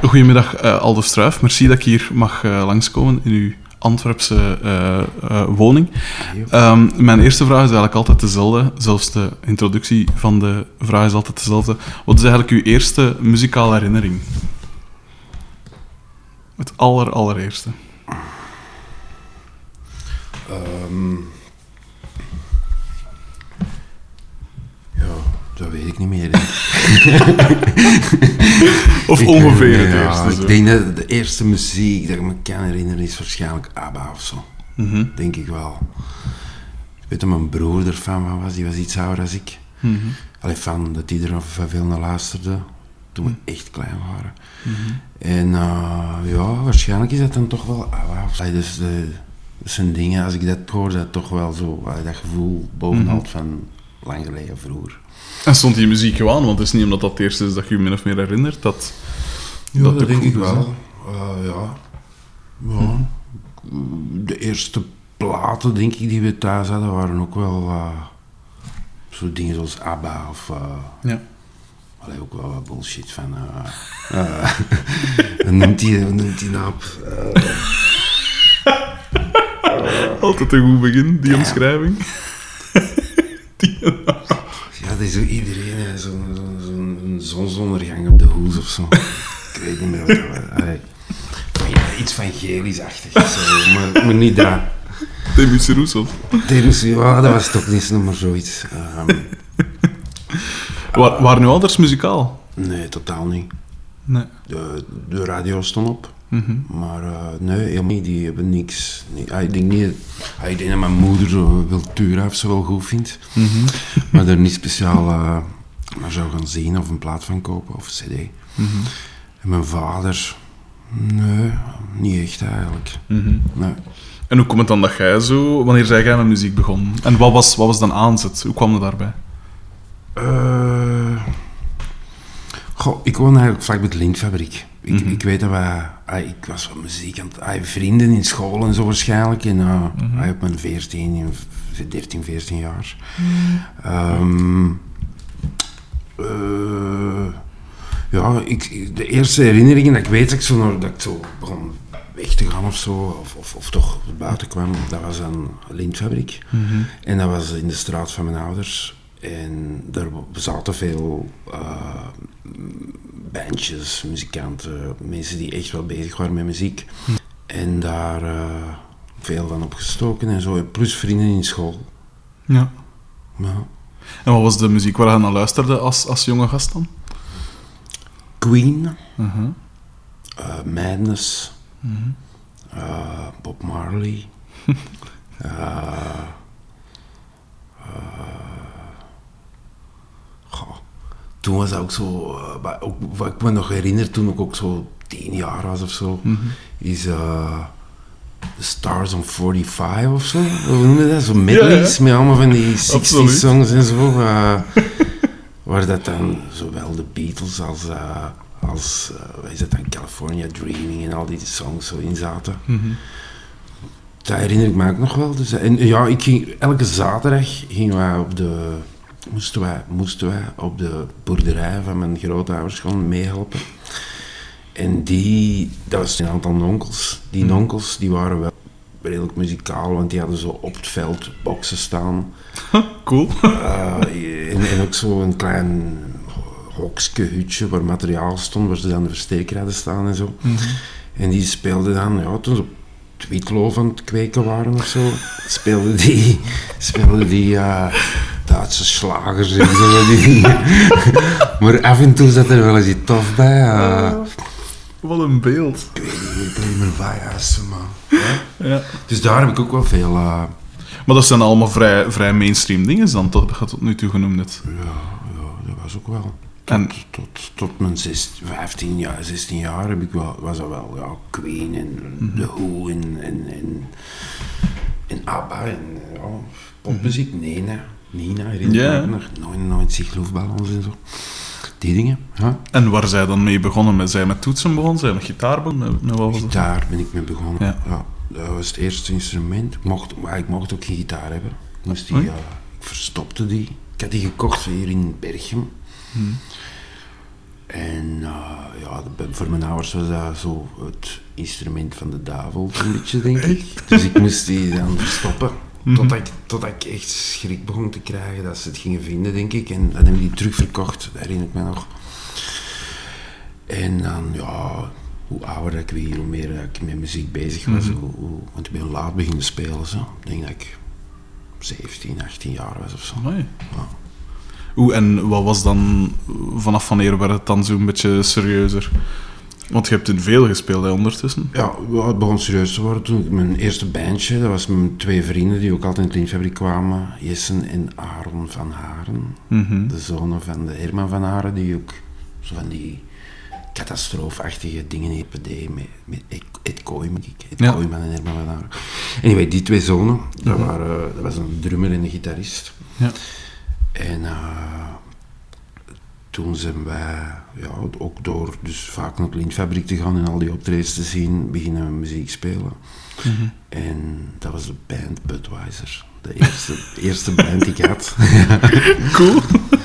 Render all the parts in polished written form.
Goedemiddag, Aldo Struijf. Merci dat ik hier mag langskomen in uw Antwerpse woning. Mijn eerste vraag is eigenlijk altijd dezelfde. Zelfs de introductie van de vraag is altijd dezelfde. Wat is eigenlijk uw eerste muzikale herinnering? Het allereerste. Ja, dat weet ik niet meer. Of ongeveer het eerste. Ik denk dat de eerste muziek dat ik me kan herinneren is waarschijnlijk ABBA of zo. Mm-hmm. Denk ik wel. Ik weet dat mijn broer er fan van was, die was iets ouder dan ik. Mm-hmm. Allee, fan dat die er veel naar luisterde toen we echt klein waren. Mm-hmm. En ja, waarschijnlijk is dat dan toch wel ABBA. Allee, dus dat zijn dingen, als ik dat hoor, dat toch wel zo, dat gevoel bovenal van lang geleden vroeger. En stond die muziek gewoon aan? Want het is niet omdat dat het eerste is dat je je min of meer herinnert. Dat dat denk ik is, wel. De eerste platen, denk ik, die we thuis hadden, waren ook wel zo dingen zoals ABBA of... ja. Allee, ook wel wat bullshit van... Hoe noemt die naam? Altijd een goed begin, die omschrijving. Ja, dat is zo iedereen, zo'n zonsondergang op de hoes of zo. Ik weet niet meer wat dat was. Iets van gelisch-achtig, zo, maar niet dat. Demis Rousseau. Ja, dat was toch niet maar zoiets. Waren uw ouders muzikaal? Nee, totaal niet. Nee. De radio stond op. Mm-hmm. Maar nee, helemaal niet. Die hebben niks. Nee, ik denk niet... Ik denk dat mijn moeder zo Wiltura of zo wel goed vindt. Mm-hmm. Maar er niet speciaal maar zou gaan zien of een plaat van kopen of een cd. Mm-hmm. En mijn vader... Nee, niet echt eigenlijk. Mm-hmm. Nee. En hoe komt het dan dat jij zo... Wanneer zei jij met muziek begonnen? En wat was dan aanzet? Hoe kwam je daarbij? Ik woon eigenlijk vlak bij de Lintfabriek. Ik weet dat ik was van muziek aan het... vrienden in school en zo waarschijnlijk. En op mijn 13, 14 jaar. De eerste herinneringen dat ik weet dat ik zo begon weg te gaan of zo, of toch buiten kwam, dat was aan de Lintfabriek. Mm-hmm. En dat was in de straat van mijn ouders. En daar zaten veel bandjes, muzikanten, mensen die echt wel bezig waren met muziek. En daar veel van opgestoken en zo. Plus vrienden in school. Ja. Ja. En wat was de muziek waar je naar luisterde als jonge gast dan? Queen, Uh-huh. Madness, Mm-hmm. Bob Marley. Toen was dat ook zo, wat ik me nog herinner, toen ik ook zo 10 jaar was of zo, is The Stars on 45 of zo. Hoe noem je dat? Zo medleys met allemaal van die 60 songs en zo. Waar dat dan zowel de Beatles als wat is dat dan, California Dreaming en al die songs zo in zaten. Mm-hmm. Dat herinner ik me ook nog wel. Dus, en ja, elke zaterdag moesten wij op de boerderij van mijn grootouders gewoon meehelpen. En dat was een aantal nonkels. Die nonkels die waren wel redelijk muzikaal, want die hadden zo op het veld boksen staan. Cool. En ook zo een klein hokske hutje waar materiaal stond, waar ze dan de versterker hadden staan en zo. Mm-hmm. En die speelden dan, toen ze op het witloof aan het kweken waren of zo, speelden die Duitse slagers en zo. Maar af en toe zat er wel eens iets tof bij. Wat een beeld. Ik weet niet meer waar juist, maar... Ja. Dus daar heb ik ook wel veel... Maar dat zijn allemaal vrij mainstream dingen dan, dat je tot nu toe genoemd hebt. Ja, dat was ook wel. Tot mijn 15 jaar, 16 jaar was dat wel Queen en The Who en ABBA en popmuziek. Nina herinner ik me nog. Nooit zich luchtballons en zo. Die dingen. Ja. En waar zij dan mee begonnen? Zij met toetsen begonnen? Zij met gitaar begonnen? Gitaar ben ik mee begonnen. Ja. Dat was het eerste instrument. Ik mocht ook geen gitaar hebben. Ik verstopte die. Ik had die gekocht hier in Berchem. En voor mijn ouders was dat zo het instrument van de duivel, een beetje, denk ik. Dus ik moest die dan verstoppen. Totdat ik echt schrik begon te krijgen dat ze het gingen vinden, denk ik. En dan hebben die terugverkocht, dat herinner ik me nog. En dan, hoe ouder ik weer, hoe meer ik met muziek bezig was. Want ik ben laat beginnen spelen, zo. Ik denk dat ik 17, 18 jaar was of zo. Amai. Ja. En wat was dan, vanaf wanneer werd het dan zo'n beetje serieuzer? Want je hebt in veel gespeeld, hè, ondertussen. Ja, het begon serieus te worden toen ik mijn eerste bandje, dat was mijn 2 vrienden die ook altijd in de Lintfabriek kwamen, Jessen en Aaron van Haren, de zonen van de Herman van Haren, die ook zo van die catastroofachtige dingen heeft deed met Ed Kooijman en Herman van Haren. Anyway, die 2 zonen, dat was een drummer en een gitarist. Ja. En toen zijn wij, ook door dus vaak naar de Lintfabriek te gaan en al die optredens te zien, beginnen we muziek spelen. En dat was de band Budweiser. De eerste band die ik had. Cool.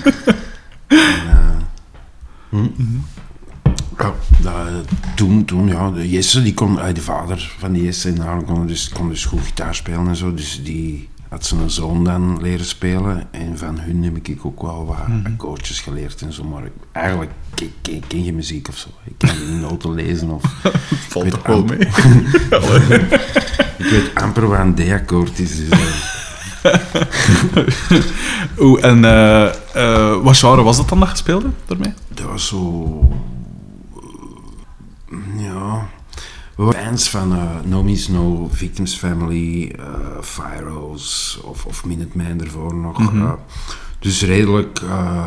Toen, de Jesse, de vader van die Jesse en Aaron kon dus goed gitaar spelen en zo, dus die had zijn zoon dan leren spelen en van hun heb ik ook wel wat akkoordjes geleerd en zo, maar eigenlijk ik ken geen muziek of zo. Ik kan geen noten lezen of... Valt toch wel mee? Ik weet amper wat een D-akkoord is, dus... En wat genre was dat dan dat je speelde daarmee? Dat was zo... We waren fans van No Means No, Victims Family, Fire Hose of Minuteman ervoor nog. Dus redelijk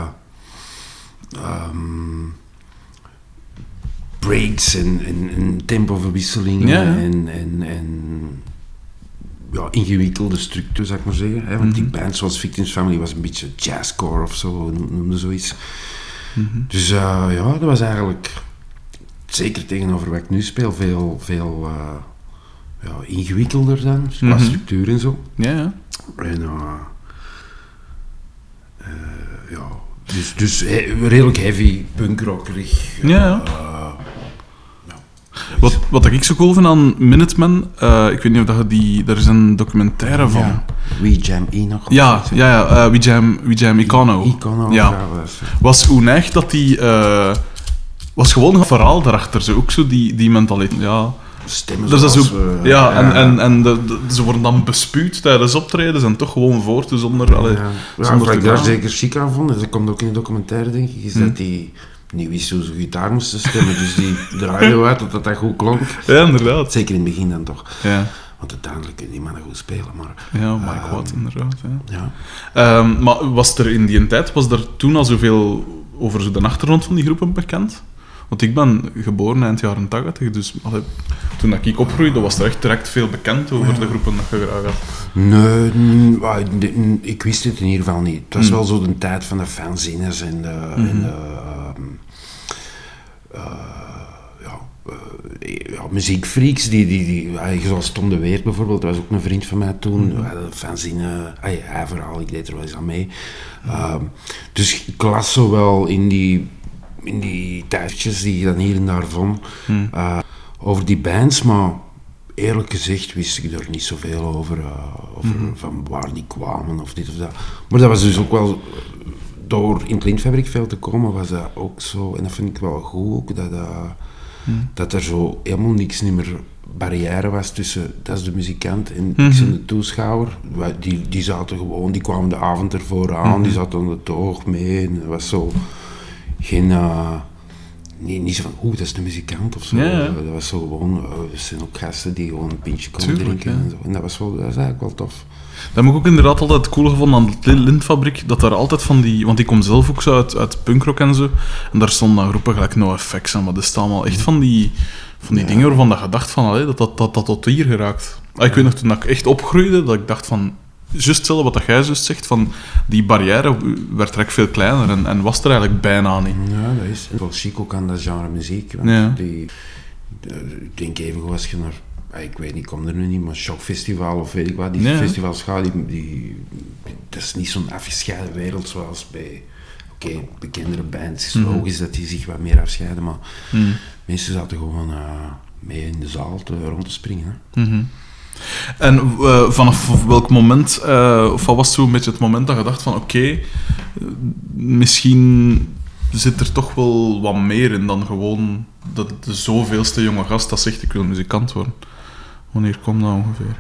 breaks en tempoverwisselingen en ingewikkelde structuur, zou ik maar zeggen. Hè? Want die band zoals Victims Family was een beetje jazzcore of zo, noemde zoiets. Dus dat was eigenlijk... Zeker tegenover wat ik nu speel, veel ingewikkelder dan, qua structuur en zo. Ja. En dus redelijk heavy, punkrockerig. Wat ik zo cool vind aan Minuteman, ik weet niet of dat je daar is een documentaire van. Ja. We Jam E nog. We Jam Econo. Was hoe neig dat die... was gewoon een verhaal daarachter, zo ook zo die mentaliteit. Ja. Stemmen dus dat zoals... is ook, ze worden dan bespuwd tijdens optredens en toch gewoon voort, zonder... Wat ik daar zeker chic aan vond, dat komt ook in de documentaire, denk ik, is dat die niet wist hoe ze gitaar moesten stemmen, dus die draaiden uit totdat dat goed klonk. Ja, inderdaad. Zeker in het begin dan toch. Ja. Want uiteindelijk kunnen die mannen goed spelen, maar... Ja, Mike Watt, inderdaad. Ja. Maar was er in die tijd, was er toen al zoveel over de achtergrond van die groepen bekend? Want ik ben geboren eind jaren 80, dus toen ik opgroeide, was er echt direct veel bekend over de groepen dat je graag had. Nee, ik wist het in ieder geval niet. Het was wel zo de tijd van de fanzines en muziekfreaks, zoals Tom de Weert bijvoorbeeld, dat was ook een vriend van mij toen, fanzine, hij vooral, ik deed er wel eens aan mee. Dus ik las zo wel in die tijdjes die je dan hier en daar vond, over die bands, maar eerlijk gezegd wist ik er niet zoveel over van waar die kwamen of dit of dat. Maar dat was dus ook wel, door in het Lintfabriek veel te komen, was dat ook zo, en dat vind ik wel goed ook, dat er zo helemaal niks meer barrière was tussen, dat is de muzikant en de toeschouwer. Die zaten gewoon, die kwamen de avond ervoor aan, die zaten aan de toog mee en dat was zo geen... niet zo van, dat is de muzikant of zo. Ja. Dat was zo gewoon, er zijn ook gasten die gewoon een pintje komen drinken. En zo. En dat was eigenlijk wel tof. Dat heb ik ook inderdaad altijd cool gevonden aan de Lintfabriek, dat daar altijd van die... Want ik kom zelf ook zo uit punkrock en zo, en daar stonden dan groepen gelijk NoFX aan, maar dat is allemaal echt van die dingen waarvan dat je dacht van, dat tot hier geraakt. Ik weet nog, toen ik echt opgroeide, dat ik dacht van... Juist hetzelfde wat jij juist zegt, van die barrière werd direct veel kleiner en was er eigenlijk bijna niet. Ja, dat is wel chic ook aan dat genre muziek. Want ik denk even als je naar, ik weet niet, ik kom er nu niet, maar Shockfestival of weet ik wat, die festivals gaan, dat is niet zo'n afgescheiden wereld zoals bij oké, bekendere bands, is logisch dat die zich wat meer afscheiden, maar mensen zaten gewoon mee in de zaal rond te springen. Hè. En vanaf welk moment, of wat was zo'n beetje het moment dat je dacht van oké, misschien zit er toch wel wat meer in dan gewoon de zoveelste jonge gast dat zegt ik wil muzikant worden. Wanneer komt dat ongeveer?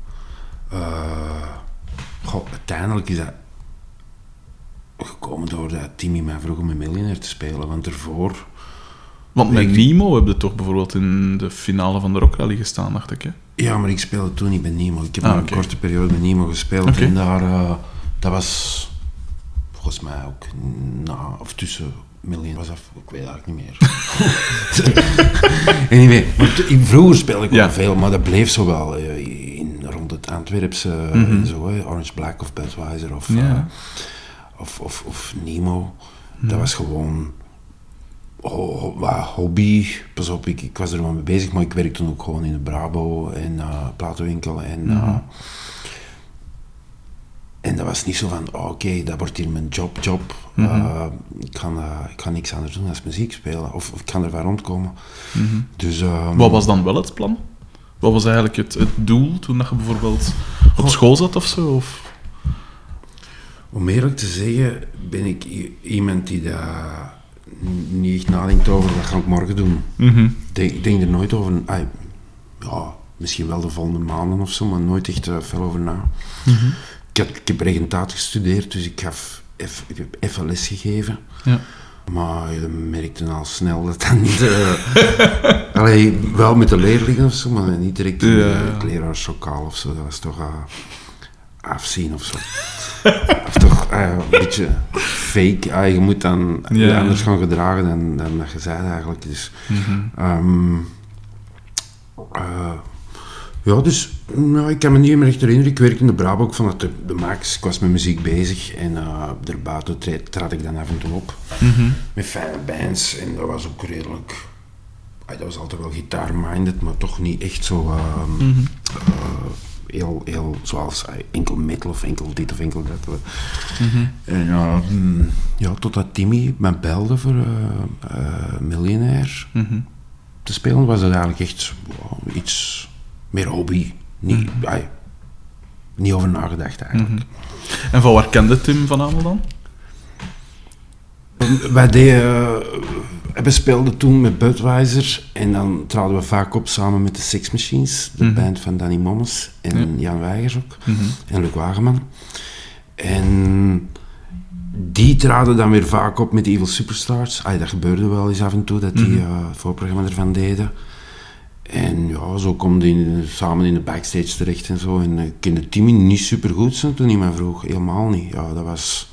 Uiteindelijk is dat gekomen doordat Timmy mij vroeg om een Millionaire te spelen, want ervoor... Want met Nemo heb je toch bijvoorbeeld in de finale van de Rock Rally gestaan, dacht ik, hè? Ja, maar ik speelde toen niet bij Nemo. Ik heb een korte periode bij Nemo gespeeld en daar... dat was volgens mij ook of tussen Million was af, ik weet eigenlijk niet meer. Anyway, vroeger speelde ik wel veel, maar dat bleef zo wel rond het Antwerpse, zo, Orange Black of Budweiser of Nemo. Dat was gewoon hobby. Pas op, ik was er wel mee bezig, maar ik werkte toen ook gewoon in de Brabo en platenwinkel en dat was niet zo van, oké, dat wordt hier mijn job. Ik ga niks anders doen dan muziek spelen. Of ik kan er van rondkomen. Dus, wat was dan wel het plan? Wat was eigenlijk het doel toen je bijvoorbeeld op school zat of zo? Of? Om eerlijk te zeggen, ben ik iemand die daar niet echt nadenkt over, wat ga ik morgen doen. Ik denk er nooit over, misschien wel de volgende maanden of zo, maar nooit echt veel over na. Ik heb regentaat gestudeerd, dus ik heb even les gegeven. Ja. Maar je merkte al snel dat dat niet... wel met de leerlingen of zo, maar niet direct in het leraarslokaal of zo. Dat was toch afzien of zo. Of toch een beetje fake. Je moet dan je anders gaan gedragen dan dat je zei eigenlijk. Dus... dus ik kan me niet meer echt herinneren. Ik werkte in de Brabo, ik vond het de max. Ik was met muziek bezig en daarbuiten trad ik dan af en toe op. Met fijne bands en dat was ook redelijk... dat was altijd wel gitaar-minded, maar toch niet echt zo... heel zoals enkel metal of enkel dit of enkel dat. En totdat Timmy me belde voor Millionaire te spelen, was dat eigenlijk echt iets... meer hobby. Niet over nagedacht eigenlijk. En van waar kende Tim van Amel dan? We speelden toen met Budweiser en dan traden we vaak op samen met de Sex Machines, de band van Danny Mommes en Jan Weigers ook, en Luc Wageman. En die traden dan weer vaak op met Evil Superstars. Dat gebeurde wel eens af en toe, dat die het voorprogramma ervan deden. En zo kwam die samen in de backstage terecht en zo. En ik kende Timmy niet super goed toen hij mij vroeg. Helemaal niet. Ja, dat was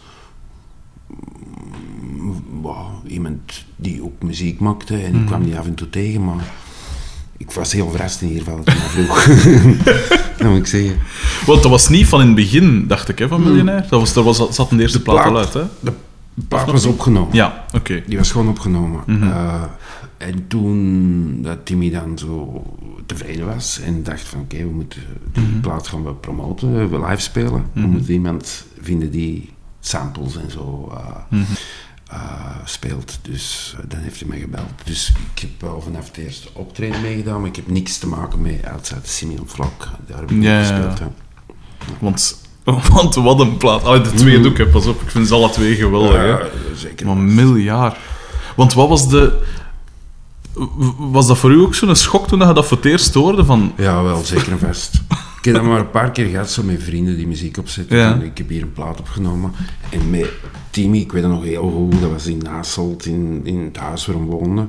iemand die ook muziek maakte. En ik kwam die af en toe tegen, maar ik was heel verrast in ieder geval dat hij mij vroeg. Dat moet ik zeggen. Want dat was niet van in het begin, dacht ik, van Millionaire? Zat de eerste plaat al uit, hè? De plaat was opgenomen. Ja, oké. Die was gewoon opgenomen. En toen dat Timmy dan zo tevreden was en dacht van oké, we moeten die plaat gaan we promoten, we live spelen. We moeten iemand vinden die samples en zo speelt. Dus dan heeft hij mij gebeld. Dus ik heb wel vanaf het eerste optreden meegedaan, maar ik heb niks te maken met Outside the Simeon Flock. Daar heb ik niet gespeeld. Ja. Want wat een plaat. De twee doe ik, pas op. Ik vind ze alle twee geweldig. Zeker. Maar miljard. Want wat was Was dat voor u ook zo'n schok toen je dat voor het eerst hoorde? Van... Ja, wel, zeker en vast. Ik heb dat maar een paar keer gehad, zo met vrienden die muziek opzetten. Ja. Ik heb hier een plaat opgenomen. En met Timmy, ik weet dat nog heel goed, dat was in Hasselt, in het huis waar we woonden.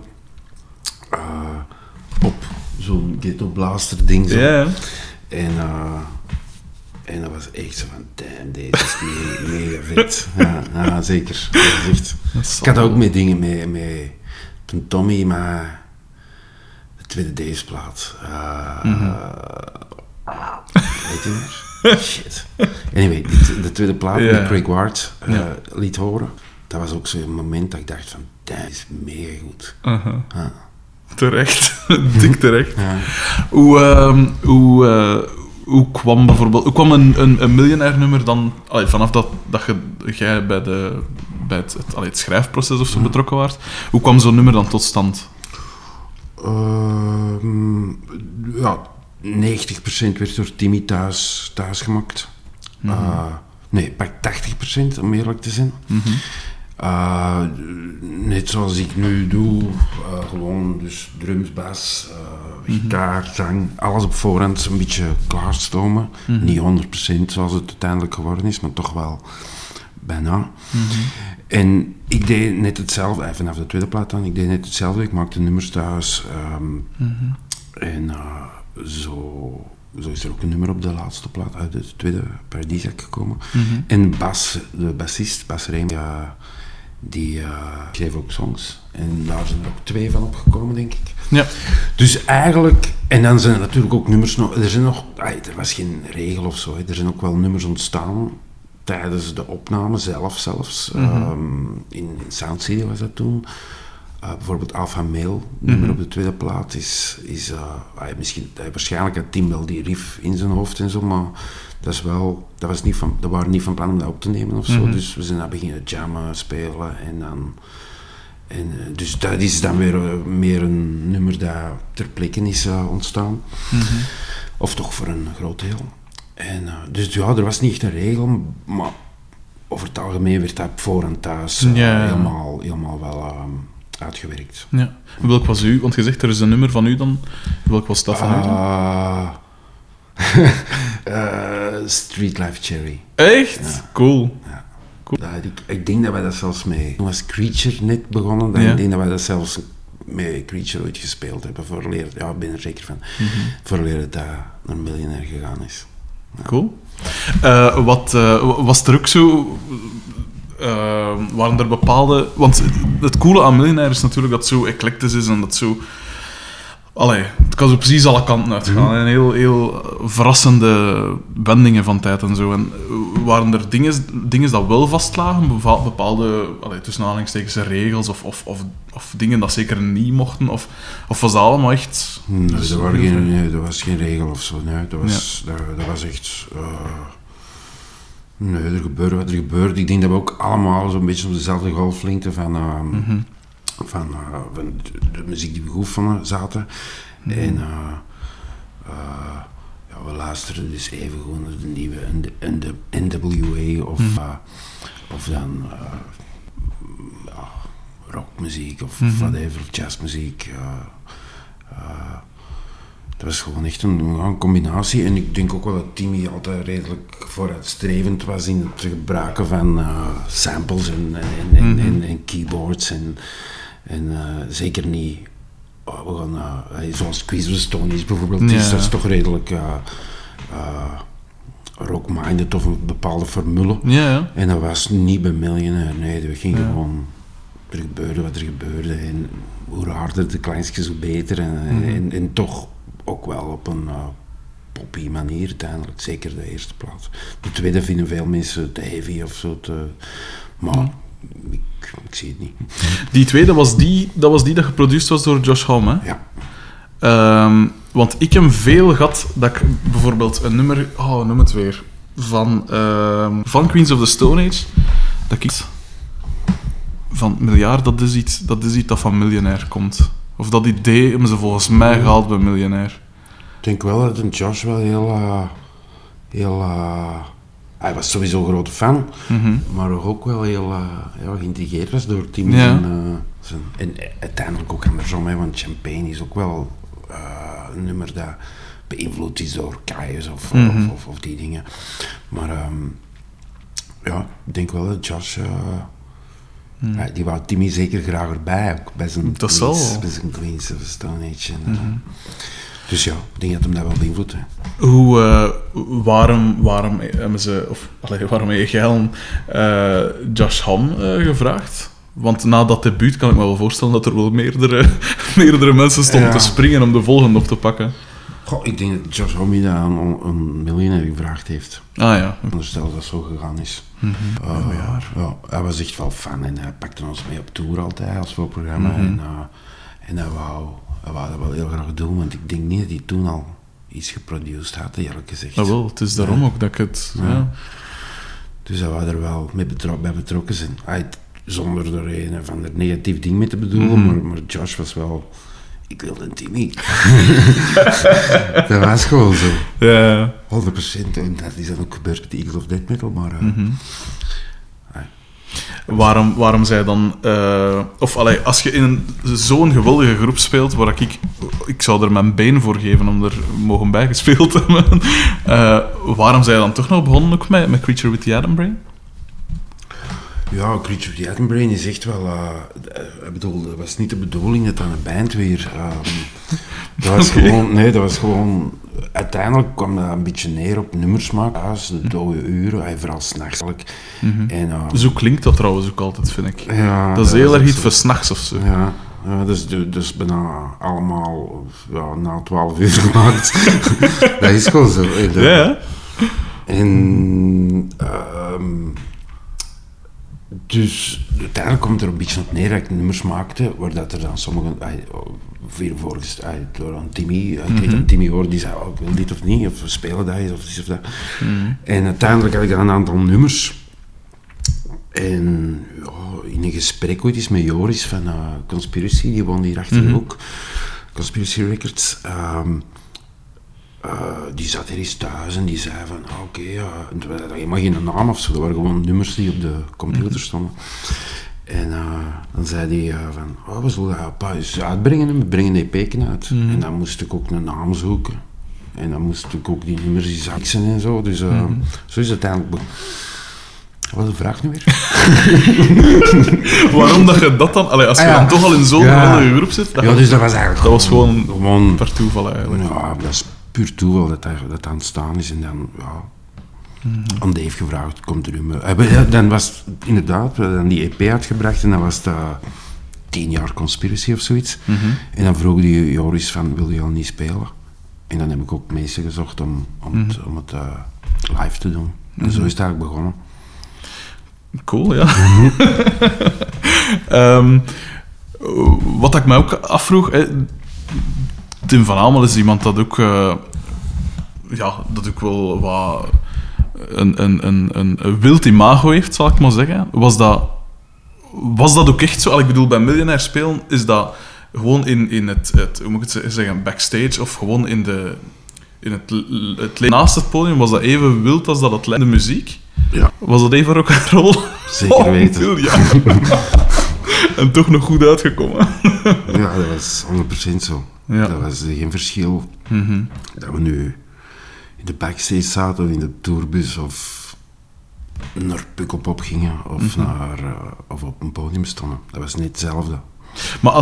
Op zo'n ghetto blaster ding. Zo. Ja. En dat was echt zo van, damn, deze is mega vet. Ja, zeker. Ik had ook met dingen met Tommy, maar de tweede Days-plaat. Weet je meer? Shit. Anyway, de tweede plaat met Craig Ward liet horen. Dat was ook zo'n moment dat ik dacht van, dat is mega goed. Terecht. Dik terecht. Ja. Hoe kwam bijvoorbeeld... Hoe kwam een Millionaire nummer dan... vanaf dat jij bij bij het schrijfproces of zo betrokken waart. Hoe kwam zo'n nummer dan tot stand? Ja, 90% werd door Timmy thuis gemaakt. Nee, pak 80% om eerlijk te zijn. Net zoals ik nu doe, gewoon dus drums, bas, gitaar, zang, alles op voorhand een beetje klaarstomen. Niet 100% zoals het uiteindelijk geworden is, maar toch wel bijna. En ik deed net hetzelfde, vanaf de tweede plaat dan, ik deed net hetzelfde, ik maakte nummers thuis. En zo is er ook een nummer op de laatste plaat uit de tweede Paradisiac gekomen. En Bas, de bassist, Bas Reem, die schreef ook songs. En daar zijn er ook 2 van opgekomen, denk ik. Ja. Dus eigenlijk... En dan zijn er natuurlijk ook nummers nog... Er was geen regel of zo. Er zijn ook wel nummers ontstaan tijdens de opname zelfs. In Sound City was dat toen. Bijvoorbeeld Alpha Male, nummer op de tweede plaat, is waarschijnlijk had Tim wel die riff in zijn hoofd en zo, maar dat waren niet van plan om dat op te nemen of zo, dus we zijn daar beginnen jammen, spelen en dan... dus dat is dan weer meer een nummer dat ter plekke is ontstaan, of toch voor een groot deel. En, dus ja, er was niet echt een regel, maar over het algemeen werd dat voor en thuis helemaal wel... uitgewerkt. Ja. Welk was u? Want je zegt er is een nummer van u dan. Welk was dat van u dan? Street Life Cherry. Echt? Ja. Cool. Ja. Cool. Ik denk dat wij dat zelfs mee... Toen was Creature net begonnen. Ik denk dat wij dat zelfs met Creature ooit gespeeld hebben. Ik ben er zeker van. Vooraleer het daar naar Millionaire gegaan is. Ja. Cool. Was er ook zo... waren er bepaalde... Want het coole aan Millionaire is natuurlijk dat het zo eclectisch is en dat zo... het kan zo precies alle kanten uitgaan. En heel verrassende wendingen van tijd en zo. En waren er dingen dat wel vastlagen? Bepaalde, tussen aanhalingstekens, regels of dingen dat zeker niet mochten? Of was dat allemaal echt... er was geen regel of zo. Nee, dat was echt... Nee, er gebeurde wat er gebeurde. Ik denk dat we ook allemaal zo'n beetje op dezelfde golflengte van de muziek die we goed vonden zaten. En we luisterden dus even gewoon naar de nieuwe NWA of dan rockmuziek of whatever, of jazzmuziek. Dat was gewoon echt een combinatie. En ik denk ook wel dat Timmy altijd redelijk vooruitstrevend was in het gebruiken van samples en keyboards. En zeker niet... we gaan, zoals Quiz with Stonies bijvoorbeeld, dat is toch redelijk rock-minded of een bepaalde formule. Ja. En dat was niet bij Millionaire. Nee, we gingen gewoon... Er gebeurde wat er gebeurde. En hoe raarder de kleinstjes, hoe beter. En toch... ook wel op een poppy manier uiteindelijk, zeker de eerste plaats. De tweede vinden veel mensen te heavy of zo, maar ik zie het niet. Die tweede, dat was die dat geproduceerd was door Josh Homme, hè? Ja. Want ik heb veel gehad dat ik bijvoorbeeld een nummer, noem het weer, van Queens of the Stone Age, dat ik van Miljard, dat is iets dat van Millionaire komt. Of dat idee hebben ze volgens mij gehaald bij Millionaire. Ik denk wel dat een Josh wel heel hij was sowieso een grote fan, maar ook wel heel geïntrigeerd was door Tim. En uiteindelijk ook andersom, hè, want Champagne is ook wel een nummer dat beïnvloed is door Caius of die dingen. Maar ik denk wel dat Josh... die wou Timmy zeker graag erbij, ook bij zijn Queens of the Stone Age. Dus ja, ik denk dat hem dat wel beïnvloedt. Waarom hebben ze, waarom heb jij Josh Homme gevraagd? Want na dat debuut kan ik me wel voorstellen dat er wel meerdere mensen stonden te springen om de volgende op te pakken. Goh, ik denk dat Josh Homme dat aan een Millionaire gevraagd heeft. Ah ja. Onderstel dat dat zo gegaan is. Hij was echt wel fan en hij pakte ons mee op tour altijd als voorprogramma. En hij wou dat wel heel graag doen, want ik denk niet dat hij toen al iets geproduceerd had, eerlijk gezegd. Ah, wel, het is daarom ook dat ik het... Ja. Dus hij wou er wel bij betrokken zijn. Zonder er een of ander negatief ding mee te bedoelen, maar Josh was wel... Ik wilde een Timmy. Dat was gewoon zo. Ja. 100%. En dat is dan ook gebeurd met de Eagles of Death Metal, maar... Waarom zij dan... als je in zo'n geweldige groep speelt, waar ik zou er mijn been voor geven om er mogen bij gespeeld te hebben, waarom zij dan toch nog begonnen ook met Creature with the Atom Brain? Ja, Creature with the Atom Brain is echt wel... ik bedoel, dat was niet de bedoeling dat aan een band weer... dat was gewoon... Nee, dat was gewoon... Uiteindelijk kwam dat een beetje neer op nummers maken. De dode uren, vooral s'nachts. Zo klinkt dat trouwens ook altijd, vind ik. Ja, dat is heel erg iets voor s'nachts of zo. Ja, dus bijna allemaal na 12 uur gemaakt. Dat is gewoon zo. Ja. En... dus uiteindelijk komt er een beetje op neer dat ik nummers maakte, waar dat er dan sommigen, door een Timmy, ik weet een Timmy hoorde, die zei, ik wil dit of niet, of we spelen dat, of dit of dat. En uiteindelijk had ik dan een aantal nummers. En in een gesprek ooit eens met Joris van Conspiracy, die woonde hierachter ook, Conspiracy Records, die zat er eens thuis en die zei van, je mag geen naam of zo, dat waren gewoon nummers die op de computer stonden. En dan zei hij van, we zullen dat eens uitbrengen en we brengen een EP'ken uit. En dan moest ik ook een naam zoeken. En dan moest ik ook die nummers eens mixen en zo. Dus zo is het uiteindelijk... Wat is de vraag nu weer? Waarom dat je dat dan... als je dan toch al in zo'n geweldige groep zit... Dus dat was eigenlijk... Dat was gewoon per toeval eigenlijk. Ja, dat is puur toeval dat aan het staan is. En dan, aan Dave gevraagd, komt er nummer. Dan was inderdaad, we hadden die EP uitgebracht en dan was dat 10 jaar Conspiracy of zoiets. En dan vroeg die Joris van, wil je al niet spelen? En dan heb ik ook mensen gezocht om het live te doen. En zo is het eigenlijk begonnen. Cool, ja. Wat ik me ook afvroeg... Tim van Amel is iemand dat ook... dat ook wel wat... Een wild imago heeft, zal ik maar zeggen. Was dat ook echt zo? Ik bedoel, bij Millionaire spelen is dat gewoon in het hoe moet ik het zeggen, backstage of gewoon in het naast het podium, was dat even wild als dat het de muziek? Ja. Was dat even ook een rol? Zeker weten. En toch nog goed uitgekomen. Ja, dat was 100% zo. Ja. Dat was geen verschil dat we nu in de backstage zaten of in de tourbus of naar Pukkelpop gingen of op een podium stonden. Dat was niet hetzelfde. Maar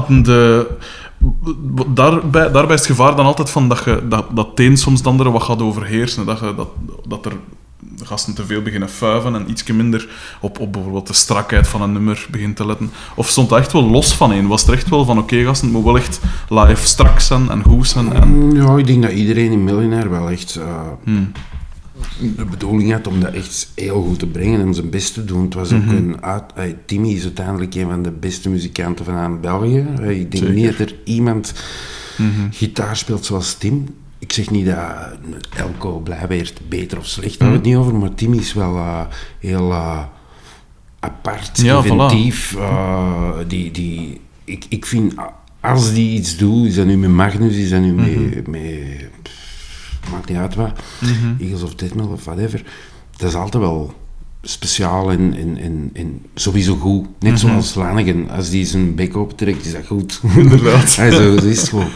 daarbij is het gevaar dan altijd van dat het een soms het andere wat gaat overheersen. Dat er gasten te veel beginnen fuiven en ietsje minder op bijvoorbeeld de strakheid van een nummer begint te letten. Of stond dat echt wel los van één? Was er echt wel van, oké, gasten, het moet wel echt live strak zijn en goed zijn? Ja, ik denk dat iedereen in Millionaire wel echt de bedoeling had om dat echt heel goed te brengen en zijn best te doen. Het was ook Timmy is uiteindelijk een van de beste muzikanten van België. Ik denk niet dat er iemand gitaar speelt zoals Tim. Ik zeg niet dat Elko Blijweert beter of slecht, daar hebben we het niet over, maar Timmy is wel heel apart, inventief. Voilà. Ik vind, als die iets doet, is dat nu met Magnus, is dat nu met maakt niet uit wat, Eagles of Death Metal of whatever, dat is altijd wel speciaal en sowieso goed. Net zoals Lanigan, als die zijn bek optrekt, is dat goed. Inderdaad. Zo is het gewoon.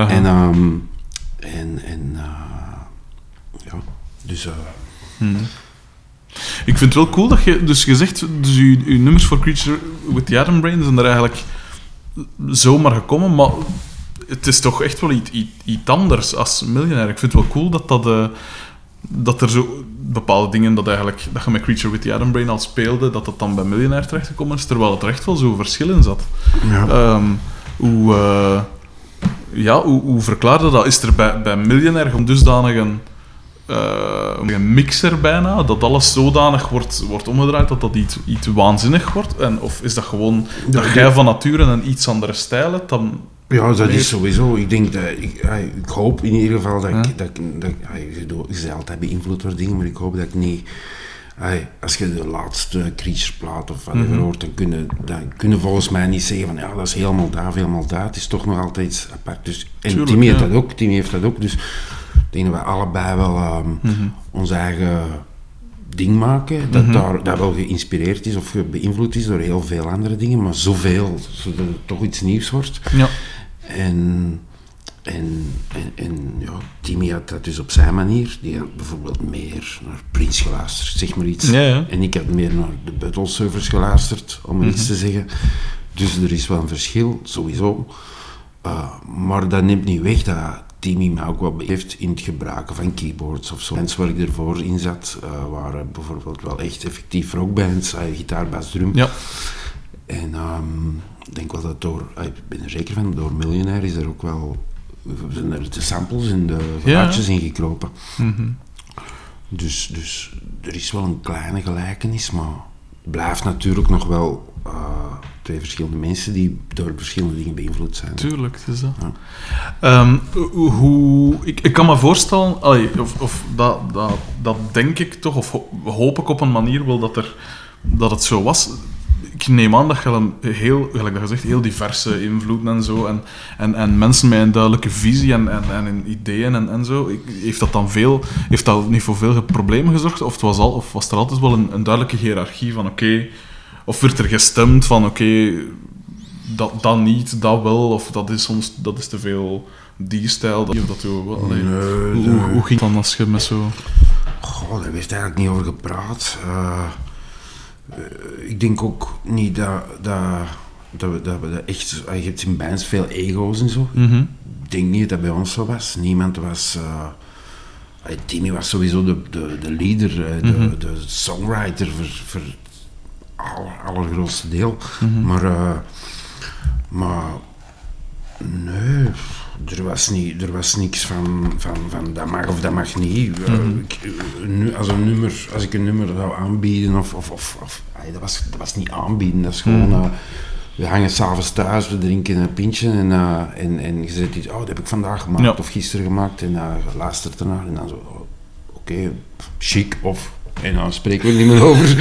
Ik vind het wel cool dat je zegt, dus je nummers voor Creature with the Atom Brain zijn er eigenlijk zomaar gekomen, maar het is toch echt wel iets anders als Millionaire. Ik vind het wel cool dat er zo bepaalde dingen dat je met Creature with the Atom Brain al speelde, dat dan bij Millionaire terechtgekomen is, terwijl het er echt wel zo verschil in zat. Ja. Hoe verklaarde dat? Is er bij Millionaire gewoon dusdanig een mixer bijna, dat alles zodanig wordt omgedraaid dat iets waanzinnig wordt? Of is dat gewoon dat jij van nature een iets andere stijl hebt dan... Ja, dat is sowieso. Ik denk dat... Ik hoop in ieder geval dat ik... Je bent altijd beïnvloed door dingen, maar ik hoop dat ik niet als je de laatste Creature-plaat of whatever hoort, dan kunnen volgens mij niet zeggen van ja, dat is helemaal dat. Het is toch nog altijd iets apart. Dus, en tuurlijk, Timmy heeft dat ook. Dus ik denk dat we allebei wel ons eigen ding maken, dat wel geïnspireerd is of beïnvloed is door heel veel andere dingen, maar zoveel, zodat het toch iets nieuws wordt. Ja. En ja, Timmy had dat dus op zijn manier. Die had bijvoorbeeld meer naar Prince geluisterd, zeg maar iets. Ja. En ik had meer naar de Battle-servers geluisterd, om iets te zeggen. Dus er is wel een verschil, sowieso. Maar dat neemt niet weg dat Timmy mij ook wel heeft in het gebruiken van keyboards of zo. Bands waar ik ervoor in zat, waren bijvoorbeeld wel echt effectief rockbands, gitaar, bas, drum. Ja. En ik denk wel dat ik ben er zeker van, door Millionaire is er ook wel, zijn er de samples en de geluidjes in gekropen. Dus er is wel een kleine gelijkenis, maar het blijft natuurlijk nog wel twee verschillende mensen die door verschillende dingen beïnvloed zijn. Tuurlijk, het is dat. Ja. Ik kan me voorstellen, dat denk ik toch, of hoop ik op een manier wel dat het zo was. Ik neem aan dat je een heel, gelijk dat je zegt, heel diverse invloeden en zo, en mensen met een duidelijke visie en ideeën en zo. Heeft dat niet voor veel problemen gezorgd? Of was er altijd wel een duidelijke hiërarchie van oké, of werd er gestemd van oké, dat niet, dat wel, of dat is te veel die stijl, hoe ging het dan als je met zo... Goh, daar werd eigenlijk niet over gepraat. Ik denk ook niet dat we echt... Je hebt in bands veel ego's en zo. Ik denk niet dat dat bij ons zo was. Niemand was... Timmy was sowieso de leader, de songwriter voor allergrootste deel. Maar nee, er was niks van dat mag of dat mag niet. Als ik een nummer zou aanbieden dat was niet aanbieden, dat is gewoon we hangen s'avonds thuis, we drinken een pintje en je zegt iets, dat heb ik vandaag gemaakt of gisteren gemaakt en je luistert ernaar en dan zo, oké, chic en dan spreken we er niet meer over.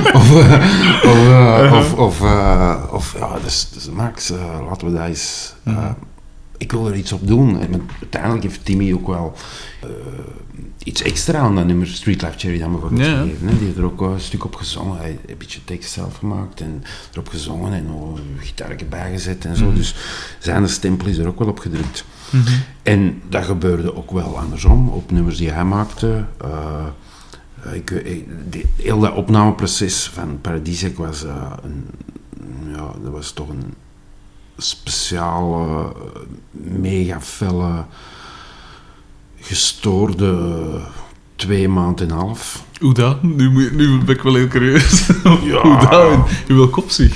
Of dus Max, laten we dat eens... ik wil er iets op doen. En uiteindelijk heeft Timmy ook wel iets extra aan dat nummer Street Life Cherry dan bijvoorbeeld gegeven. Hè. Die heeft er ook een stuk op gezongen. Hij heeft een beetje tekst zelf gemaakt en erop gezongen en een gitaartje bijgezet en zo. Dus zijn stempel is er ook wel op gedrukt. En dat gebeurde ook wel andersom, op nummers die hij maakte. Heel dat opnameproces van Paradisec was dat was toch een speciale, mega felle, gestoorde 2,5 maanden. Hoe dat? Nu ben ik wel heel curieus. Hoe dat? In welk opzicht?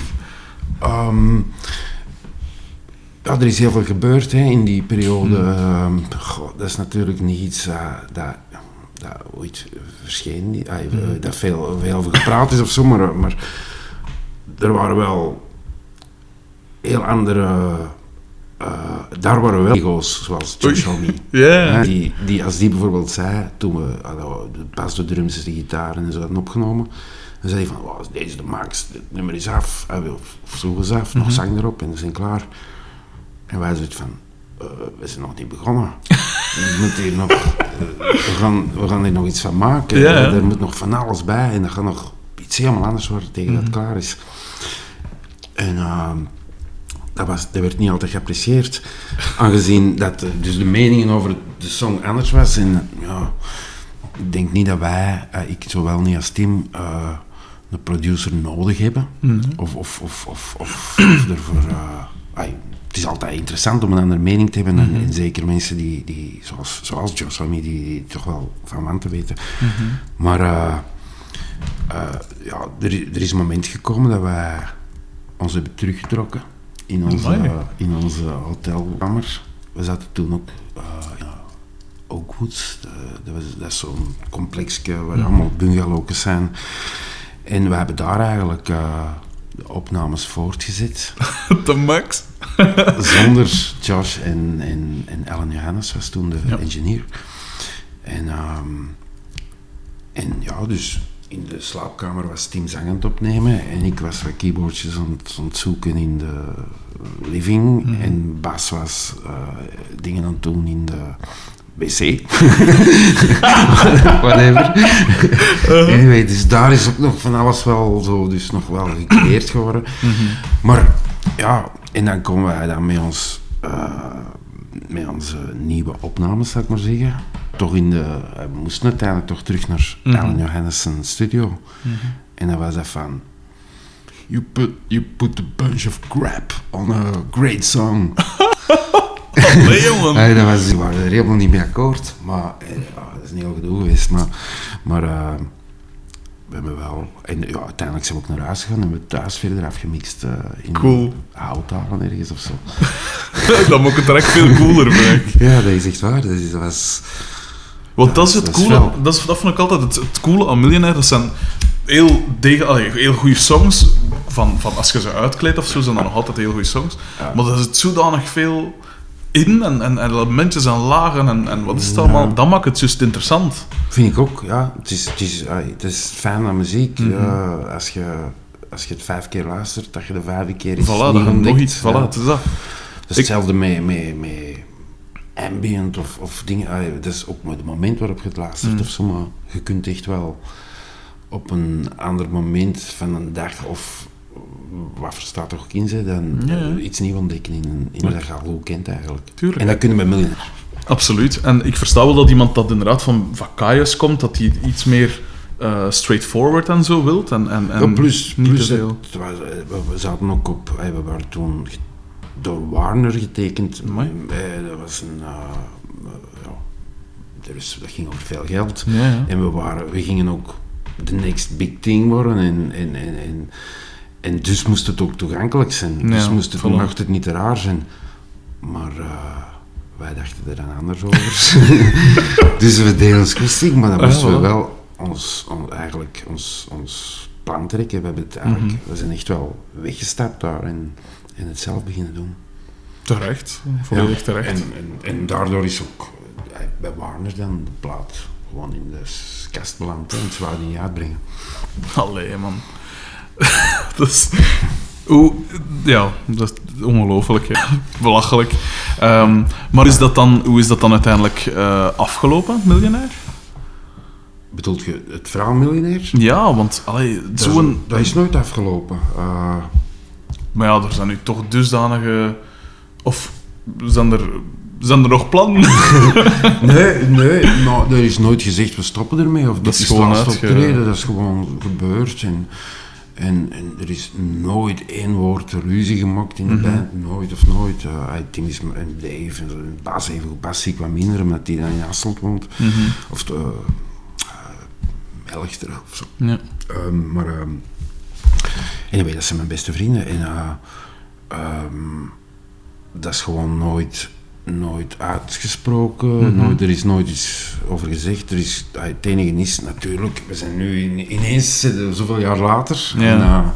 Er is heel veel gebeurd in die periode. Dat is natuurlijk niet iets dat ooit verscheen. Dat veel over gepraat is of zo, maar er waren wel heel andere... daar waren wel ego's, zoals Josh Homme. Die, als die bijvoorbeeld zei, toen we pas de drums, de gitaar en zo hadden opgenomen, dan zei hij van, wow, deze is de max, het nummer is af, of zo is af, nog zang erop en we zijn klaar. En wij zeiden van, we zijn nog niet begonnen. We gaan hier nog iets van maken. Er moet nog van alles bij en dat gaat nog iets helemaal anders worden tegen dat het klaar is. En dat werd niet altijd geapprecieerd, aangezien dat dus de meningen over de song anders was. En ik denk niet dat wij, ik zowel niet als Tim, een producer nodig hebben. Of ervoor... het is altijd interessant om een andere mening te hebben en zeker mensen die zoals Josh Homme, die toch wel van man te weten. Maar er is een moment gekomen dat wij ons hebben teruggetrokken in onze hotelkamer. We zaten toen ook Oakwoods, dat is zo'n complexje waar allemaal bungalow's zijn. En we hebben daar eigenlijk de opnames voortgezet. De max. Zonder Josh en Alan Johannes was toen de engineer. Dus in de slaapkamer was Tim zang aan het opnemen en ik was wat keyboardjes aan het zoeken in de living en Bas was dingen aan het doen in de wc. Whatever. Anyway, dus daar is ook nog van alles wel zo, dus nog wel gecreëerd geworden. Maar ja, en dan komen wij dan met onze nieuwe opnames, zou ik maar zeggen. Toch we moesten uiteindelijk toch terug naar Alan Johannesson studio. En dan was dat van... You put a bunch of crap on a great song. Nee, jongen. We waren er helemaal niet mee akkoord. Maar dat is een heel gedoe geweest. Maar we hebben wel... En ja, uiteindelijk zijn we ook naar huis gegaan en we hebben thuis verder afgemixt in Houtalen ergens of zo. Dat maakt het direct veel cooler, vind ik. Ja, dat is echt waar. Dat was... Want dat is het coole. Dat vond ik altijd het coole aan Millionaire. Dat zijn heel goede songs. Van als je ze uitkleedt of zo, zijn dat nog altijd heel goede songs. Ja. Maar er zit zodanig veel in en elementjes en lagen en wat is het allemaal. Dat maakt het juist interessant. Vind ik ook, ja. Het is fijn aan muziek. Als je het 5 keer luistert, dat je de 5e keer is niet ontdekt. Voilà, het is dat. Dat is hetzelfde met ambient of dingen. Dat is ook met het moment waarop je het luistert of zo, maar je kunt echt wel op een ander moment van een dag of wat verstaat er ook in zijn, dan iets nieuws ontdekken in dat je al goed kent eigenlijk. Tuurlijk. En dat kunnen we met Millionaire. Absoluut. En ik versta wel dat iemand dat inderdaad van Kaius komt, dat hij iets meer straightforward en zo wilt. En plus niet te veel. We zaten ook op... We waren toen door Warner getekend. Dat was een... dat ging over veel geld. Ja. En we gingen ook de next big thing worden. En dus moest het ook toegankelijk zijn. Dus mocht het niet te raar zijn. Maar wij dachten er dan anders over. Dus we deden ons kwestie, maar dan moesten we wel ons plan trekken. We hebben het eigenlijk... We zijn echt wel weggestapt daar en het zelf beginnen doen. Terecht, volledig terecht. En daardoor is ook bij Warner dan de plaat gewoon in de kast beland en ze wouden niet uitbrengen. Allee, man. Dat is ongelooflijk, ja. Belachelijk. Maar hoe is dat dan uiteindelijk afgelopen, Millionaire? Bedoelt je het verhaal Millionaire? Ja, want dat is nooit afgelopen. Maar ja, er zijn nu toch dusdanige... Of zijn er nog plannen? Nee, nou, er is nooit gezegd we stoppen ermee. Of dat is gewoon optreden, dat is gewoon gebeurd. En er is nooit één woord ruzie gemaakt in de band. Nooit. Tim is en Dave en Bas zie ik wat minder, omdat die dan in Hasselt woont. Of Elchter of zo. Ja. Anyway, dat zijn mijn beste vrienden. En dat is gewoon nooit uitgesproken. Er is nooit iets over gezegd. Het enige is natuurlijk, we zijn nu ineens zoveel jaar later. Ja.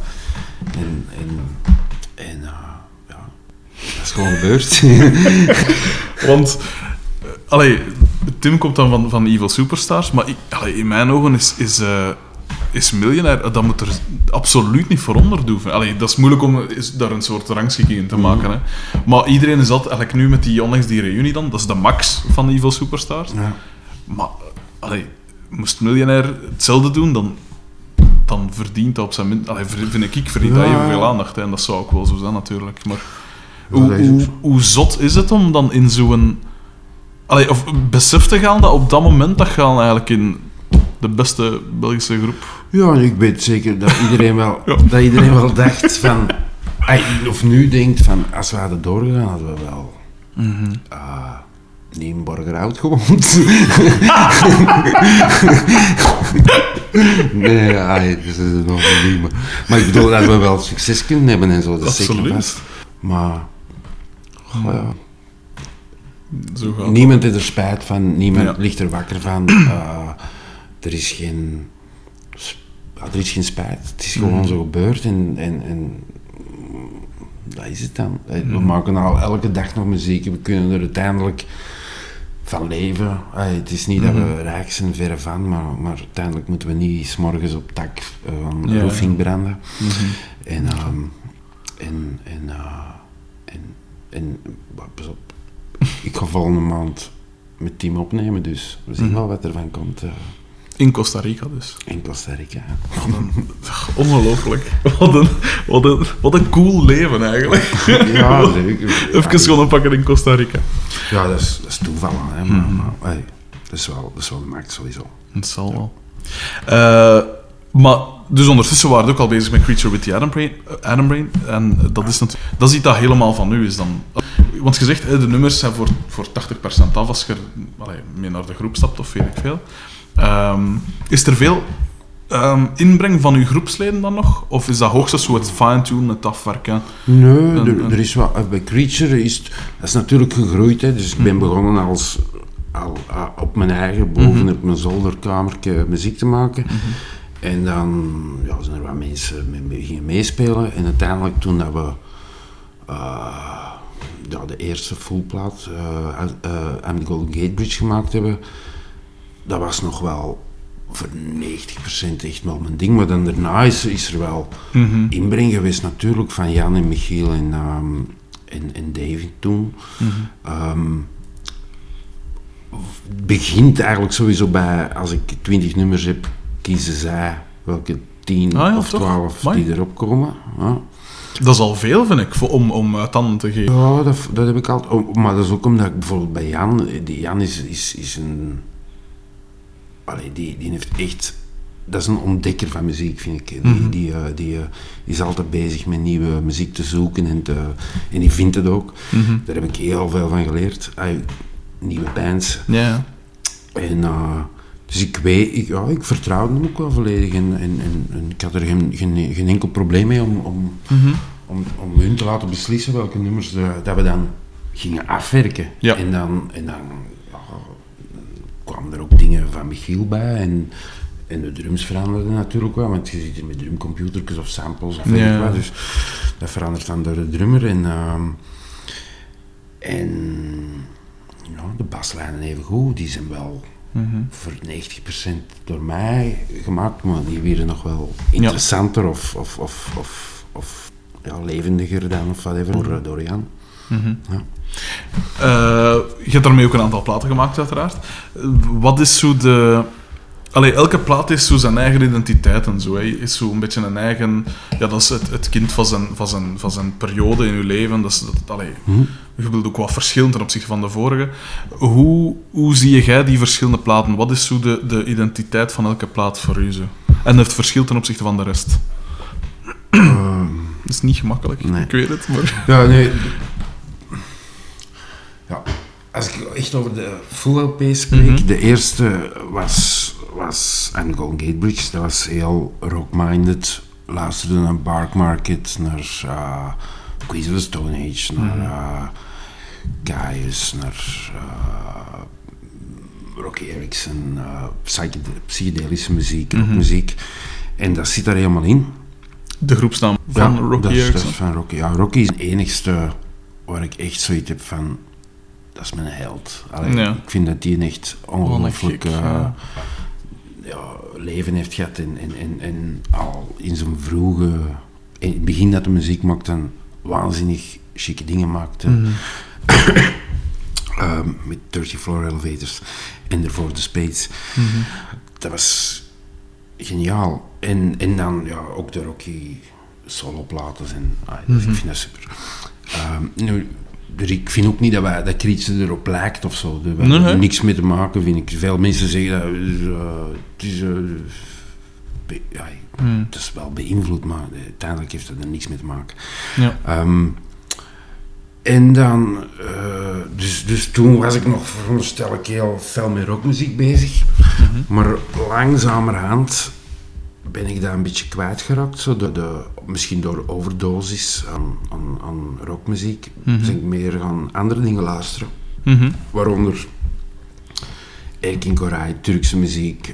Dat is gewoon gebeurd. Want, Tim komt dan van Evil Superstars, maar in mijn ogen is Millionaire, dat moet er absoluut niet voor onder doen. Dat is moeilijk om daar een soort rangschikking in te maken. Hè. Maar iedereen is altijd, eigenlijk nu met die onlangs die reunie dan, dat is de max van Evil Superstars. Ja. Maar, moest Millionaire hetzelfde doen, dan verdient dat op zijn minst... Vind ik verdient dat evenveel aandacht. Hè, en dat zou ook wel zo zijn, natuurlijk. Maar hoe zot is het om dan in zo'n... of besef te gaan dat op dat moment dat gaan eigenlijk in de beste Belgische groep... Ja, ik weet zeker dat iedereen wel dacht van... Of nu denkt van, als we hadden doorgegaan, hadden we wel... niet in Borgerhout gewoond. Nee, dat is nog niet. Maar ik bedoel dat we wel succes kunnen hebben en zo, dat is zeker vast. Maar... niemand heeft er spijt van, niemand ligt er wakker van. Er is geen spijt. Het is gewoon zo gebeurd en dat is het dan. We maken al elke dag nog muziek en we kunnen er uiteindelijk van leven. Het is niet dat we rijk zijn, verre van, maar uiteindelijk moeten we niet 's morgens op dak van roofing branden. En pas op, ik ga volgende maand met team opnemen, dus we zien wel wat er van komt. In Costa Rica dus. In Costa Rica. Ongelooflijk. Wat een cool leven eigenlijk. Ja, leuk. Even schoenen pakken in Costa Rica. Ja, dat is toevallig, hè, maar dat is wel de maakt sowieso. Het zal wel. Maar dus ondertussen waren we ook al bezig met Creature with the Atom Brain. En dat is natuurlijk... Dat is iets dat helemaal van nu is dan. Want je zegt, de nummers zijn voor 80% af als je mee naar de groep stapt, of weet ik veel. Is er veel inbreng van uw groepsleden dan nog? Of is dat hoogstens zo het fine-tunen, het afwerken? Nee, er is wat... Bij Creature dat is natuurlijk gegroeid. Hè, dus ik ben begonnen al op mijn eigen, boven op mijn zolderkamertje muziek te maken. En dan zijn er wat mensen mee beginnen meespelen. En uiteindelijk toen dat we de eerste fullplaat, I'm the Golden Gate Bridge gemaakt hebben, dat was nog wel voor 90% echt wel mijn ding. Maar dan daarna is er wel inbreng geweest natuurlijk van Jan en Michiel en David toen. Het begint eigenlijk sowieso bij, als ik 20 nummers heb, kiezen zij welke 10 of 12 die erop komen. Ja. Dat is al veel, vind ik, om uit handen te geven. Ja, dat heb ik altijd. Maar dat is ook omdat ik bijvoorbeeld bij Jan... Jan is een... Die heeft echt... Dat is een ontdekker van muziek, vind ik. Die is altijd bezig met nieuwe muziek te zoeken en die vindt het ook. Daar heb ik heel veel van geleerd. Nieuwe bands. Ja. En... Dus ik vertrouwde hem ook wel volledig en ik had er geen enkel probleem mee om hun te laten beslissen welke nummers dat we dan gingen afwerken. Ja. En dan kwamen er ook dingen van Michiel bij en de drums veranderden natuurlijk wel, want je zit hier met drumcomputertjes of samples of weet ik wat, dus dat verandert dan door de drummer en de baslijnen even goed, die zijn wel... voor 90% door mij gemaakt, maar die werden nog wel interessanter of levendiger dan of whatever door Jan. Ja. Je hebt daarmee ook een aantal platen gemaakt, uiteraard. Wat is zo de... elke plaat is zo zijn eigen identiteit en zo. Hè. Is zo een beetje een eigen... Ja, dat is het kind van zijn periode in je leven. Je bedoelt ook wat verschillend ten opzichte van de vorige. Hoe zie jij die verschillende platen? Wat is zo de identiteit van elke plaat voor u? Zo? En het verschil ten opzichte van de rest? Dat is niet gemakkelijk, nee. Ik weet het, maar... Ja, nee... Ja, als ik echt over de full LP spreek, de eerste was I'm the Golden Gate Bridge. Dat was heel rock-minded. Luisterde naar Bark Market, naar Queens of the Stone Age, naar Gaius, naar Rocky Erickson, psychedelische muziek, rockmuziek. En dat zit daar helemaal in. De groepsnaam van Rocky Erickson? Dat is van Rocky. Ja, Rocky is het enigste waar ik echt zoiets heb van... Dat is mijn held. Ik vind dat die echt ongelooflijk leven heeft gehad en al in zijn vroege... In het begin dat de muziek maakte, dan waanzinnig chique dingen maakte. Met 30 Floor Elevators en daarvoor de Spades. Dat was geniaal. En dan ook de Rocky soloplaten. Dus ik vind dat super. Ik vind ook niet dat Creature erop lijkt of zo. Daar heeft er niks mee te maken, vind ik. Veel mensen zeggen dat het is wel beïnvloed, maar uiteindelijk heeft het er niks mee te maken. Ja. En dan, dus toen was ik nog, veronderstel ik, heel veel met rockmuziek bezig. Maar langzamerhand ben ik daar een beetje kwijtgeraakt. Zo misschien door overdosis aan rockmuziek. Dus ik meer gaan andere dingen luisteren. Waaronder Erkin Koray, Turkse muziek.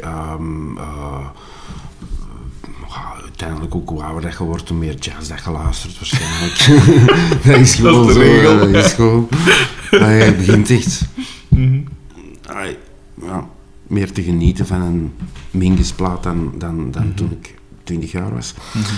Uiteindelijk ook hoe ouder dat je wordt, hoe meer jazz dat je luistert waarschijnlijk. Dat is gewoon dat is de regel. Dat is gewoon... Je begint echt... meer te genieten van een Mingus-plaat dan toen ik 20 jaar was.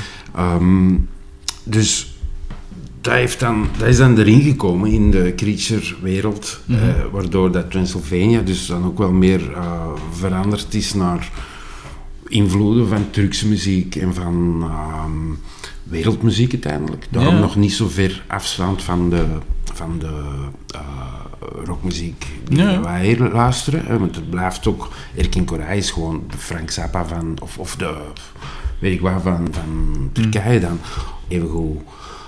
Dus dat is dan erin gekomen in de Creature-wereld, waardoor dat Transylvania dus dan ook wel meer veranderd is naar invloeden van Turkse muziek en van wereldmuziek uiteindelijk. Daarom nog niet zo ver afstand van de rockmuziek die wij hier luisteren. Hè, want het blijft ook... Erkin Koray is gewoon de Frank Zappa van... Of de... weet ik wat, van Turkije dan. Evengoed...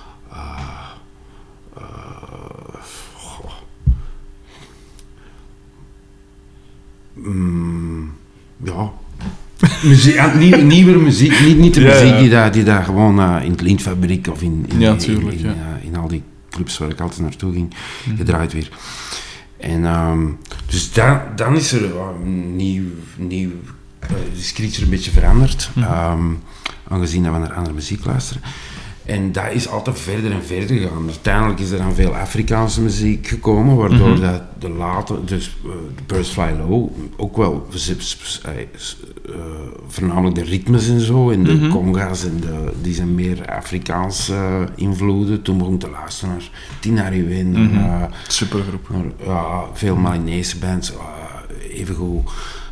muziek, nieuwere muziek, niet de muziek die daar gewoon in het Lintfabriek of in al die clubs waar ik altijd naartoe ging, gedraaid weer. En dus dan is er nieuw is Creature een beetje veranderd, aangezien dat we naar andere muziek luisteren. En dat is altijd verder en verder gegaan. Uiteindelijk is er dan veel Afrikaanse muziek gekomen, waardoor dat de late, dus Birds Fly Low, ook wel voornamelijk de ritmes en zo, en de conga's, en die zijn meer Afrikaanse invloeden. Toen begon ik te luisteren naar Tina Ruwen, supergroep. Veel Malinese bands, evengoed.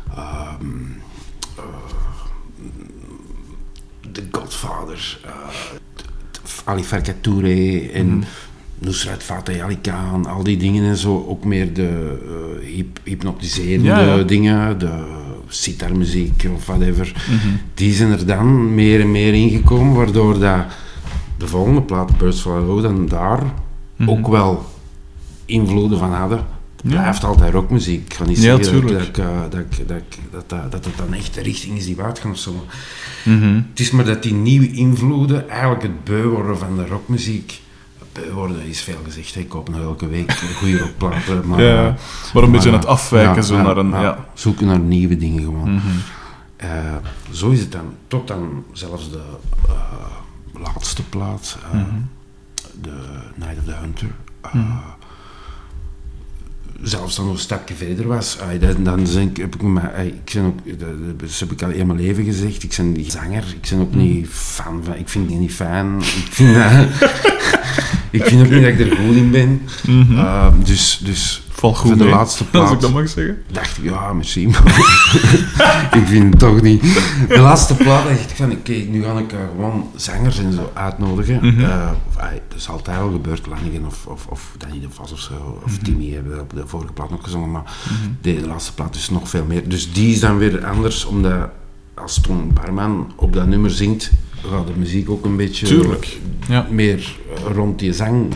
The Godfather, Ali Farka Touré en Nusrat Fateh Ali Khan, al die dingen en zo, ook meer de hypnotiserende dingen, de sitarmuziek of whatever, die zijn er dan meer en meer ingekomen, waardoor dat de volgende plaat, Birds Fly Low, dan daar ook wel invloeden van hadden. Het blijft altijd rockmuziek. Ik ga niet zeggen dat het dan echt de richting is die we uitgaan of zo. Het is maar dat die nieuwe invloeden eigenlijk het beu worden van de rockmuziek. Beu worden is veel gezegd. Ik koop nog elke week een goede rockplaten. Maar een beetje het afwijken naar een... Zoeken naar nieuwe dingen gewoon. Zo is het dan. Tot dan zelfs de laatste plaat. De Night of the Hunter. Zelfs dan nog een stapje verder was, dan heb ik al in mijn leven gezegd, ik ben niet zanger, ik ben ook niet fan van, ik vind die niet fijn, ik vind ook niet dat ik er goed in ben. Dus val goed voor de mee, laatste plaat, als ik dat mag zeggen. Dacht ik, merci, ik vind het toch niet. De laatste plaat dacht ik van, oké, nu ga ik gewoon zangers en zo uitnodigen. Dat is altijd al gebeurd, Lannigan of Danny de Vos of zo, of Timmy hebben op de vorige plaat ook gezongen, maar de laatste plaat is nog veel meer. Dus die is dan weer anders, omdat als Ton Barman op dat nummer zingt, gaat de muziek ook een beetje meer rond die zang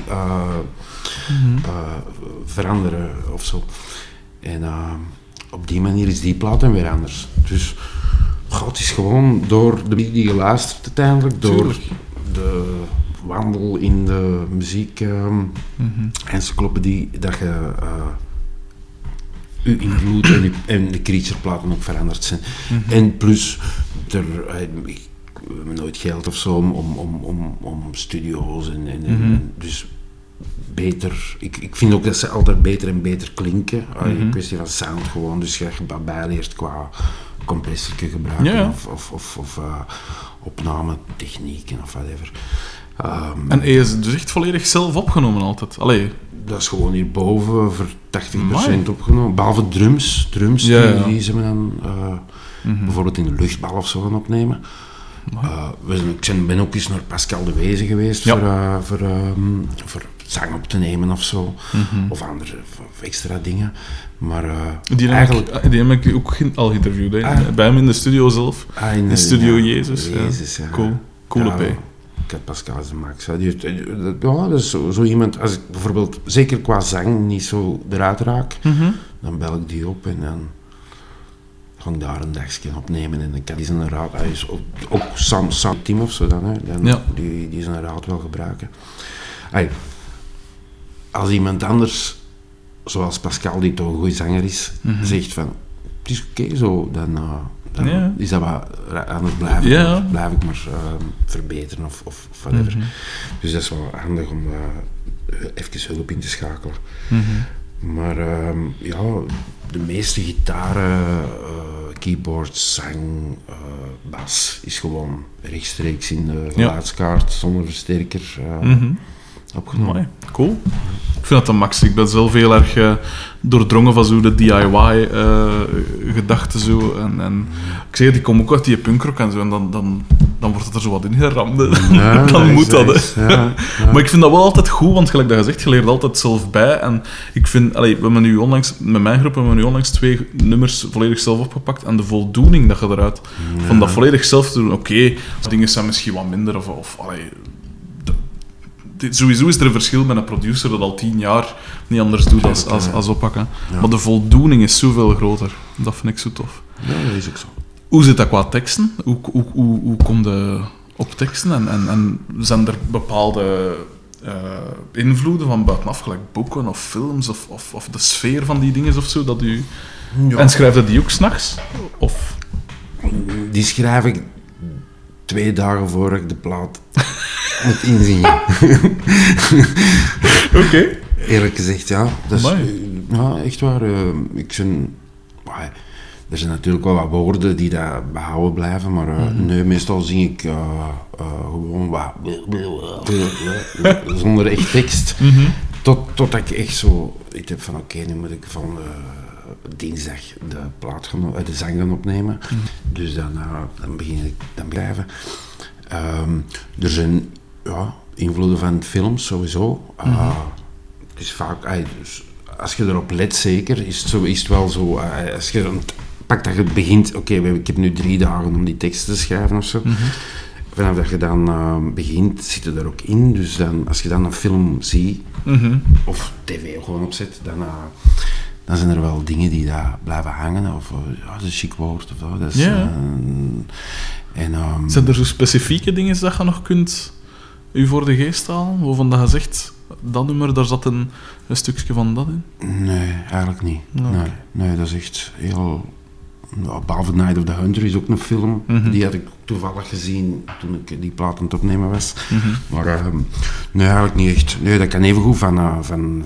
veranderen of zo. En op die manier is die plaat dan weer anders. Dus het is gewoon door de muziek die je luistert uiteindelijk, door de wandel in de muziek encyclopedie, dat je je invloed en de Creature-platen ook veranderd zijn. En plus, we hebben nooit geld of zo om studio's en dus beter. Ik vind ook dat ze altijd beter en beter klinken. Een kwestie van sound gewoon, dus je bijleert qua compressorke gebruiken of opnametechnieken of whatever. En hij is dus echt volledig zelf opgenomen altijd? Allee. Dat is gewoon hierboven voor 80% opgenomen. Behalve drums. Die zijn we dan bijvoorbeeld in de luchtbal of zo gaan opnemen. Ik ben ook eens naar Pascal de Wezen geweest voor zang op te nemen of zo. Of andere of extra dingen. Maar die heb ik ook al geïnterviewd. Bij hem in de studio zelf. In Studio Jezus. Coole P. Ik heb Pascal als de max. Dat is zo iemand, als ik bijvoorbeeld, zeker qua zang, niet zo eruit raak, dan bel ik die op en dan ga ik daar een dagje opnemen en dan kan die zijn raad, hij is ook Sam Team of zo dan, die zijn raad wel gebruiken. Als iemand anders, zoals Pascal, die toch een goede zanger is, zegt van, het is oké zo, dan is dat wat anders blijf ik maar verbeteren of whatever. Dus dat is wel handig om even hulp in te schakelen. Maar de meeste gitaren, keyboard, zang, bas is gewoon rechtstreeks in de geluidskaart zonder versterker opgenomen. Mooi, cool. Ik vind dat de max. Ik ben zelf heel erg doordrongen van zo de DIY-gedachten zo. En ik zeg, die kom ook uit die punkrock en zo. En dan wordt het er zo wat in geramd. Ja, dan moet dat. Ja. Maar ik vind dat wel altijd goed, want gelijk dat je zegt, je leert altijd zelf bij. En ik vind, we hebben nu onlangs, met mijn groep hebben we nu onlangs 2 nummers volledig zelf opgepakt. En de voldoening dat je eruit van dat volledig zelf te doen. Oké, dingen zijn misschien wat minder sowieso is er een verschil met een producer dat al 10 jaar niet anders doet als oppakken. Ja. Maar de voldoening is zoveel groter. Dat vind ik zo tof. Ja, dat is ook zo. Hoe zit dat qua teksten? Hoe kom je op teksten? En zijn er bepaalde invloeden van buitenaf, gelijk boeken of films of de sfeer van die dingen of zo? Dat u... Ja. En schrijf je die ook 's nachts? Of... Die schrijf ik 2 dagen voor ik de plaat moet inzingen. Oké. Eerlijk gezegd, ja. Dat is, echt waar. Er zijn natuurlijk wel wat woorden die daar behouden blijven, maar nee, meestal zing ik gewoon wat zonder echt tekst. Totdat ik echt zo... Ik heb van oké, nu moet ik van dinsdag de zang gaan opnemen. Dus dan begin ik dan blijven. Er zijn invloeden van films sowieso. Het is vaak... Dus als je erop let zeker, is het wel zo... Als je pakt dat je begint... Oké, ik heb nu 3 dagen om die tekst te schrijven of zo. Vanaf dat je dan begint, zit je er ook in. Dus dan, als je dan een film ziet, of tv gewoon opzet, dan zijn er wel dingen die daar blijven hangen. Of dat is een chic woord of zo. Dat is, zijn er zo specifieke dingen dat je nog kunt u voor de geest halen? Waarvan dat je zegt, dat nummer, daar zat een stukje van dat in? Nee, eigenlijk niet. Nee, dat is echt heel... Behalve Night of the Hunter is ook een film. Die had ik toevallig gezien toen ik die plaat aan het opnemen was. Maar nee, eigenlijk niet echt. Nee, dat kan evengoed van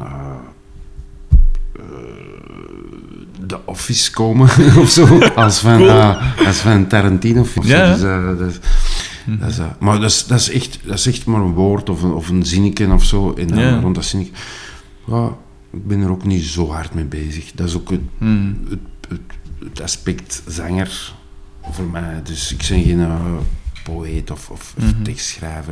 The Office komen of zo. Als van Tarantino film. Ja. Maar dat is echt maar een woord of een zinnetje of zo. En rond dat zinnetje... Ja, ik ben er ook niet zo hard mee bezig. Dat is ook het aspect zanger voor mij. Dus ik ben geen poëet of tekstschrijver.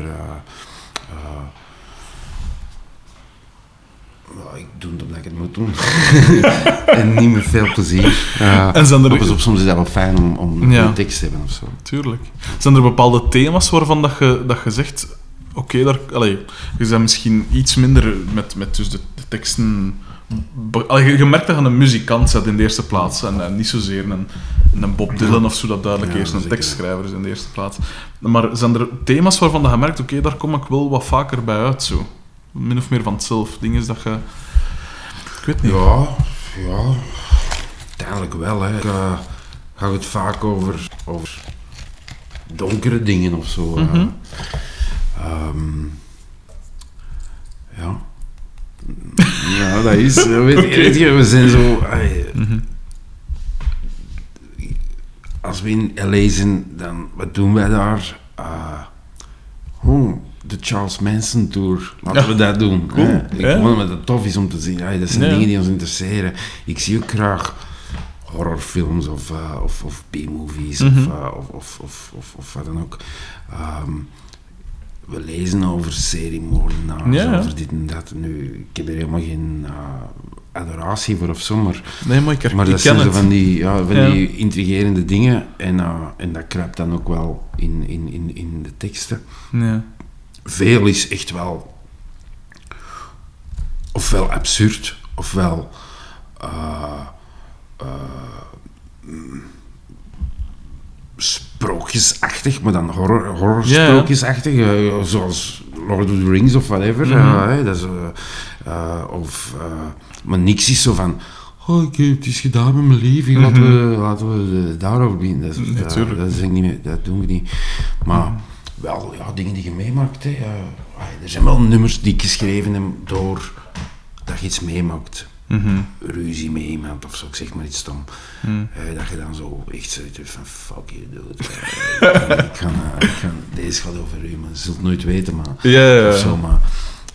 Ik doe het omdat ik het moet doen. En niet met veel plezier. Soms is het wel fijn om een tekst te hebben of zo. Tuurlijk. Zijn er bepaalde thema's waarvan dat je zegt... Oké, je bent misschien iets minder met dus de teksten... Je merkt dat je een muzikant bent in de eerste plaats en niet zozeer een Bob Dylan of zo, dat duidelijk eerst een tekstschrijver is in de eerste plaats. Maar zijn er thema's waarvan je merkt, oké, daar kom ik wel wat vaker bij uit, zo? Min of meer van hetzelfde. Dingen dat je... Ik weet niet. Ja, uiteindelijk wel. Hè. Gaat het vaak over donkere dingen of zo. Ja, dat is... Weet je, we zijn zo... Als we in L.A. zijn, dan... Wat doen wij daar? De Charles Manson Tour. Laten we dat doen. Cool. Ik vond dat het tof is om te zien. Dat zijn dingen die ons interesseren. Ik zie ook graag horrorfilms of B-movies of wat dan ook. We lezen over seriemoordenaars, over dit en dat. Nu, ik heb er helemaal geen adoratie voor of zo, maar dat zijn zo van die intrigerende dingen en dat kruipt dan ook wel in de teksten. Ja. Veel is echt wel ofwel absurd, ofwel sprookjesachtig, maar dan horrorsprookjesachtig, zoals Lord of the Rings of whatever. Maar niks is zo van, het is gedaan met mijn leven, laten we daarover beginnen. Dat doen we niet. Maar wel, dingen die je meemaakt. Er zijn wel nummers die ik geschreven heb door dat je iets meemaakt. ruzie met iemand of zo, ik zeg maar iets stom. Dat je dan zo echt zoiets van, fuck you dude. Deze gaat over u, maar je zult nooit weten, maar... Ja. Of zo, maar...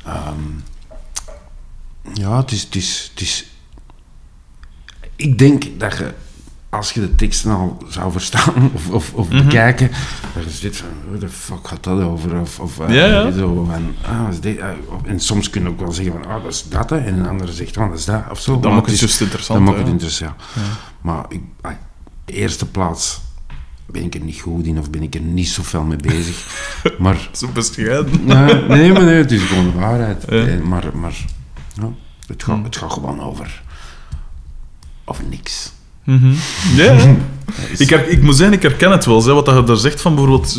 het is... Ik denk dat je, als je de teksten al zou verstaan of bekijken, dat je zit van, what the fuck gaat dat over? Zo, en soms kun je ook wel zeggen van, dat is dat, hè, en een andere zegt, dat is dat, of zo. Dan maakt het juist interessant. Dan maakt het interessant, ja. Maar eerste plaats ben ik er niet goed in, of ben ik er niet zo fel mee bezig. Maar... Zo bescheiden. Nee, het is gewoon de waarheid. Ja. Maar het gaat gewoon over niks. Ja. Ik moet zeggen, ik herken het wel. Wat je daar zegt van bijvoorbeeld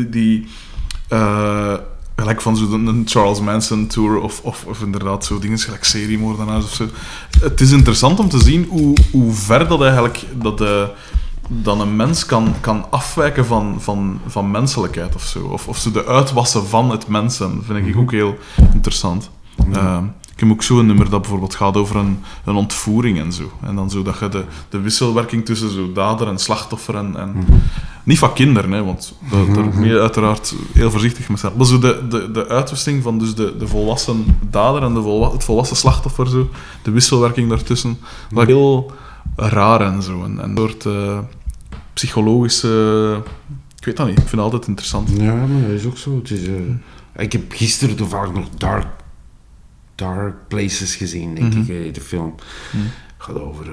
gelijk van zo'n Charles Manson tour of inderdaad zo dingen gelijk seriemoordenaars of zo. Het is interessant om te zien hoe ver dat eigenlijk dat een mens kan afwijken van menselijkheid of zo. Of zo de uitwassen van het mensen vind ik ook heel interessant. Ik heb ook zo'n nummer dat bijvoorbeeld gaat over een ontvoering en zo. En dan zo dat je de wisselwerking tussen zo dader en slachtoffer en niet van kinderen, hè, want daar moet je uiteraard heel voorzichtig mee zijn. Maar zo de uitwisseling van dus de volwassen dader en het volwassen slachtoffer, zo, de wisselwerking daartussen, dat is heel raar en zo. En een soort psychologische... Ik weet dat niet, ik vind het altijd interessant. Ja, maar dat is ook zo. Het is, ik heb gisteren toevallig nog Dark Places gezien, denk ik, de film. Gaat over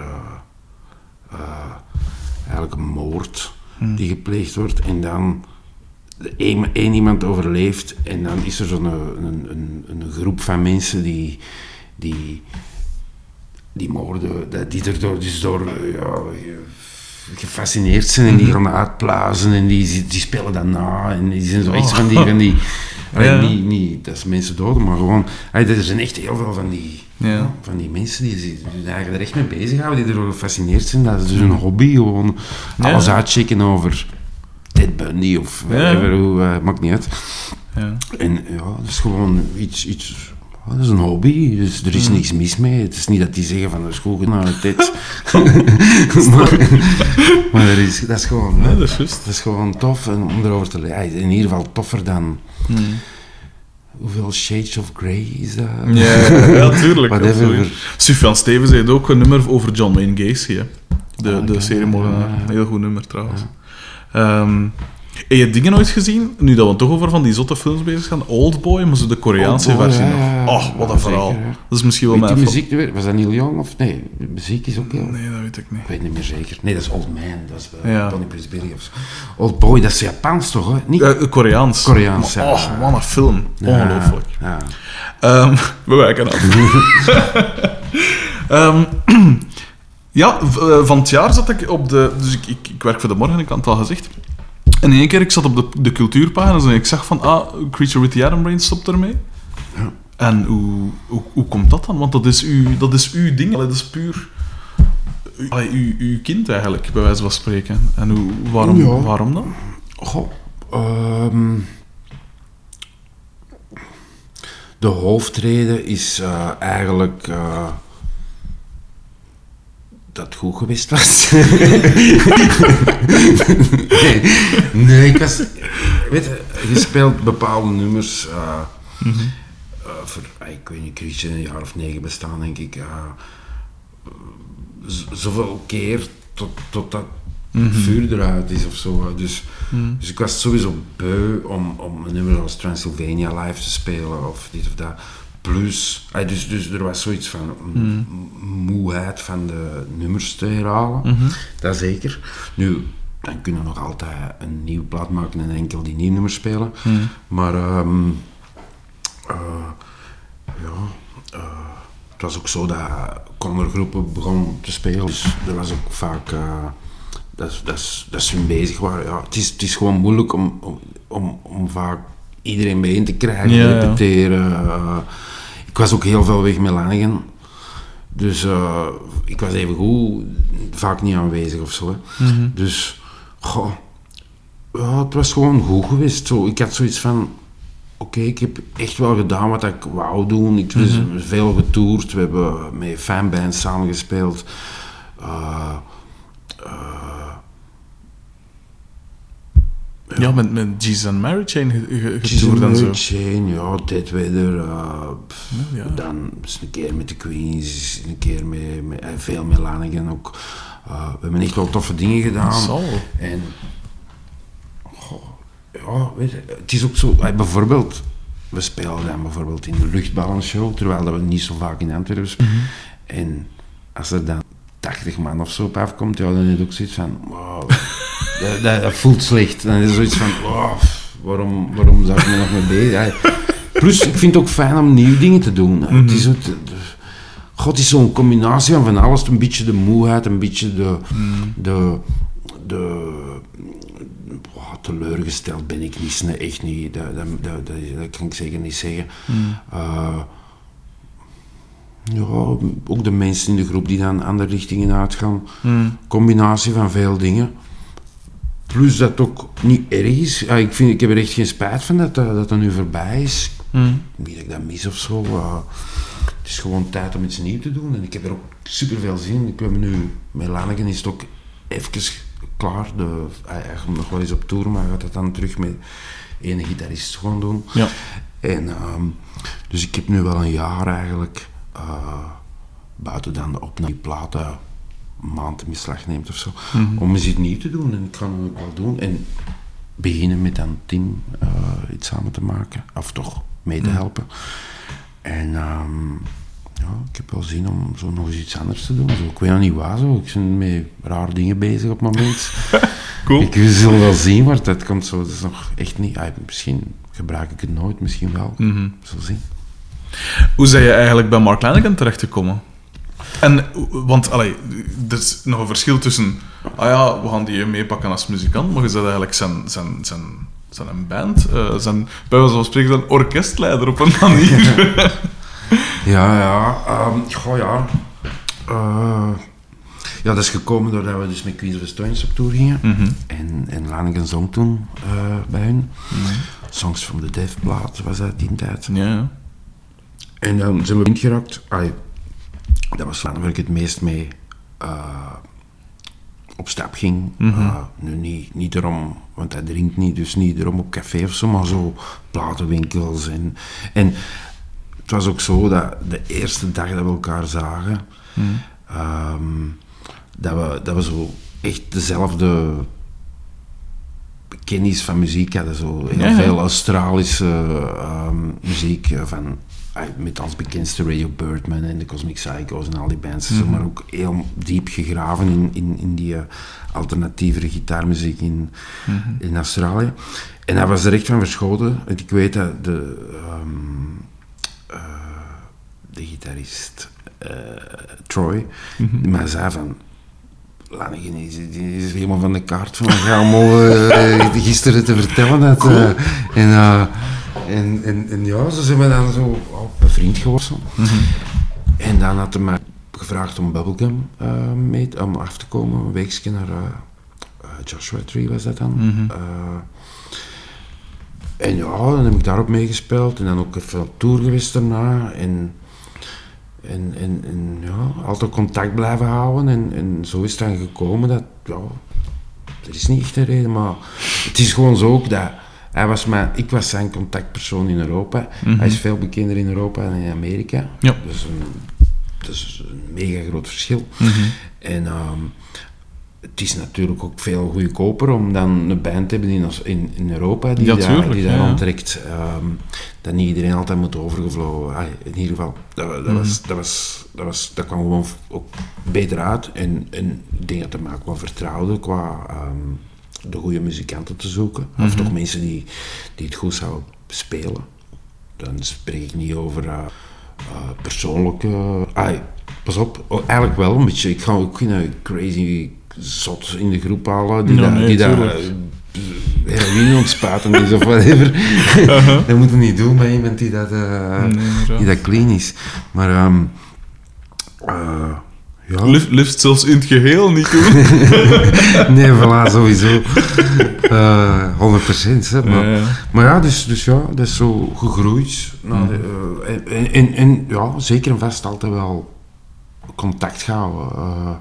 eigenlijk een moord die gepleegd wordt en dan één iemand overleeft en dan is er zo'n een groep van mensen die moorden, die erdoor dus door gefascineerd zijn en die gaan uitblazen en die spelen dat na en die zijn zo echt van die niet dat ze mensen doden, maar gewoon er zijn echt heel veel van die mensen die zich er echt mee bezighouden, die erdoor gefascineerd zijn. Dat is dus een hobby, gewoon alles uitchecken over Ted Bundy of whatever, maakt niet uit. En dat is gewoon iets dat is een hobby, dus er is niks mis mee. Het is niet dat die zeggen van, dat is goed naar Ted. maar dat is gewoon... dat is gewoon tof om erover te lezen. In ieder geval toffer dan... Hoeveel Shades of Grey is dat? Ja, tuurlijk. Sufjan Stevens heeft ook een nummer over John Wayne Gacy, hè. De seriemoordenaar. Een heel goed nummer, trouwens. Heb je dingen nooit gezien, nu dat we toch over van die zotte films bezig gaan? Oldboy, maar zo de Koreaanse versie nog. Oh, wat een verhaal. Zeker, ja. Dat is misschien wel mijn... Die muziek, was dat Neil Young of... Nee, de muziek is ook heel... Nee, dat weet ik niet. Ik weet niet meer zeker. Nee, dat is Old Man, dat is Tony Prisberry of zo. Oldboy, dat is Japans toch, hè? Niet... Koreaans. Koreaans, ja. Oh, wat een film. Ongelooflijk. We wijken af. Van het jaar zat ik op de... Dus ik werk voor De Morgen, ik had het al gezegd. En in één keer, ik zat op de cultuurpagina's en ik zag van, Creature with the Atom Brain stopt ermee. Ja. En hoe komt dat dan? Want dat is uw ding, dat is puur... uw kind eigenlijk, bij wijze van spreken. En waarom dan? Goh, de hoofdreden is eigenlijk... dat het goed geweest was. nee, ik was... Weet je speelt bepaalde nummers... voor, ik weet niet, Creature een jaar of 9 bestaan, denk ik. Zoveel keer tot dat vuur eruit is of zo. Dus ik was sowieso beu om een nummer als Transylvania live te spelen of dit of dat. Plus, dus er was zoiets van moeheid van de nummers te herhalen. Dat zeker. Nu, dan kunnen we nog altijd een nieuwe plaat maken en enkel die nieuwe nummers spelen. Maar het was ook zo dat covergroepen begonnen te spelen. Dus er was ook vaak dat ze bezig waren. Ja, het is gewoon moeilijk om vaak iedereen bijeen te krijgen, repeteren. Ik was ook heel veel weg met Lanigan. Dus ik was even goed, vaak niet aanwezig of zo. Dus, het was gewoon goed geweest. Zo, ik had zoiets van, oké, ik heb echt wel gedaan wat ik wou doen. Ik heb veel getoerd. We hebben met fanbands samengespeeld. Ja, met Jesus and Mary Chain getoerd en zo. Jesus Chain, ja, Dead Weather. Dan eens een keer met de Queens, een keer met veel met Lanigan ook. We hebben echt wel toffe dingen gedaan. Zo. En ja, weet je, het is ook zo, bijvoorbeeld, we spelen dan bijvoorbeeld in de luchtballenshow, terwijl dat we niet zo vaak in Antwerpen spelen. En als er dan 80 man of zo op afkomt, ja, dan is het ook zoiets van, wow, dat voelt slecht. Dan is het zoiets van, wow, waarom zou ik me nog mee bezig? Ja. Plus, ik vind het ook fijn om nieuwe dingen te doen. Het is ook, God, is zo'n combinatie van alles, een beetje de moeheid, een beetje de teleurgesteld ben ik niet, nee, echt niet. Dat kan ik zeker niet zeggen. Ja, ook de mensen in de groep die dan andere richtingen uitgaan. Combinatie van veel dingen. Plus dat het ook niet erg is. Ja, ik heb er echt geen spijt van dat nu voorbij is. Niet dat ik dat mis of zo. Het is gewoon tijd om iets nieuws te doen. En ik heb er ook super veel zin in. Ik heb nu met Lanigan is het ook even klaar. Hij gaat nog wel eens op tour, maar gaat dat dan terug met één gitarist gewoon doen. Ja. En, dus ik heb nu wel een jaar eigenlijk, buiten dan de opnameplaten, een maand in beslag neemt of zo, om eens iets nieuw te doen. En ik ga het ook wel doen. En beginnen met dan Tim iets samen te maken, of toch mee te helpen. En ja, ik heb wel zin om zo nog eens iets anders te doen. Zo, ik weet nog niet waar zo. Ik ben met rare dingen bezig op het moment. Cool. Ik zal wel zien, maar dat komt zo. Dat is nog echt niet. Misschien gebruik ik het nooit, misschien wel. Zo zien. Hoe ben je eigenlijk bij Mark Lanigan terechtgekomen? En, want, er is nog een verschil tussen... we gaan die meepakken als muzikant, maar je bent eigenlijk zijn een band. Bij wijze van spreken zijn orkestleider op een manier. Ja, dat is gekomen doordat we dus met Queens of the Stones op tour gingen. En Lanigan zong toen bij hun. Songs from the Deaf plaat was dat die tijd. Ja. En dan zijn we ingeraakt. Dat was waar ik het meest mee op stap ging. Nu niet erom, want hij drinkt niet, dus niet erom op café of zo, maar zo platenwinkels. En het was ook zo dat de eerste dag dat we elkaar zagen, dat we zo echt dezelfde kennis van muziek hadden. Zo heel veel Australische muziek van... met als bekendste Radio Birdman en de Cosmic Psychos en al die bands, maar ook heel diep gegraven in die alternatieve gitaarmuziek in Australië. En hij was er echt van verschoten. En ik weet dat de gitarist Troy, die mij zei van... Lanigan is helemaal van de kaart van gisteren te vertellen. Dat, en ja, ze zijn we dan zo bevriend geworden. En dan had hij mij gevraagd om Bubblegum mee om af te komen, een weekje naar Joshua Tree was dat dan. En ja, dan heb ik daarop meegespeeld en dan ook even op tour geweest daarna. En ja, altijd contact blijven houden en zo is het dan gekomen dat, ja, er is niet echt een reden, maar het is gewoon zo ook dat ik was zijn contactpersoon in Europa. Hij is veel bekender in Europa dan in Amerika. Ja. Dat is een mega groot verschil. En het is natuurlijk ook veel goedkoper om dan een band te hebben in Europa die daar rondtrekt. Dat niet iedereen altijd moet overgevlogen. In ieder geval, dat kwam gewoon ook beter uit. En ik denk dat het me ook wel vertrouwde qua de goede muzikanten te zoeken. Of toch mensen die het goed zouden spelen. Dan spreek ik niet over persoonlijke... pas op, eigenlijk wel een beetje. Ik ga ook geen crazy zot in de groep halen die daar heroïne ontspuiten is of whatever. Dat moet je niet doen bij iemand die dat clean is. Maar Ja. Liefst zelfs in het geheel niet doen. Nee, voilà, sowieso. 100%. Hè, maar ja, dus ja, dat is zo gegroeid. En ja, zeker en vast altijd wel contact houden.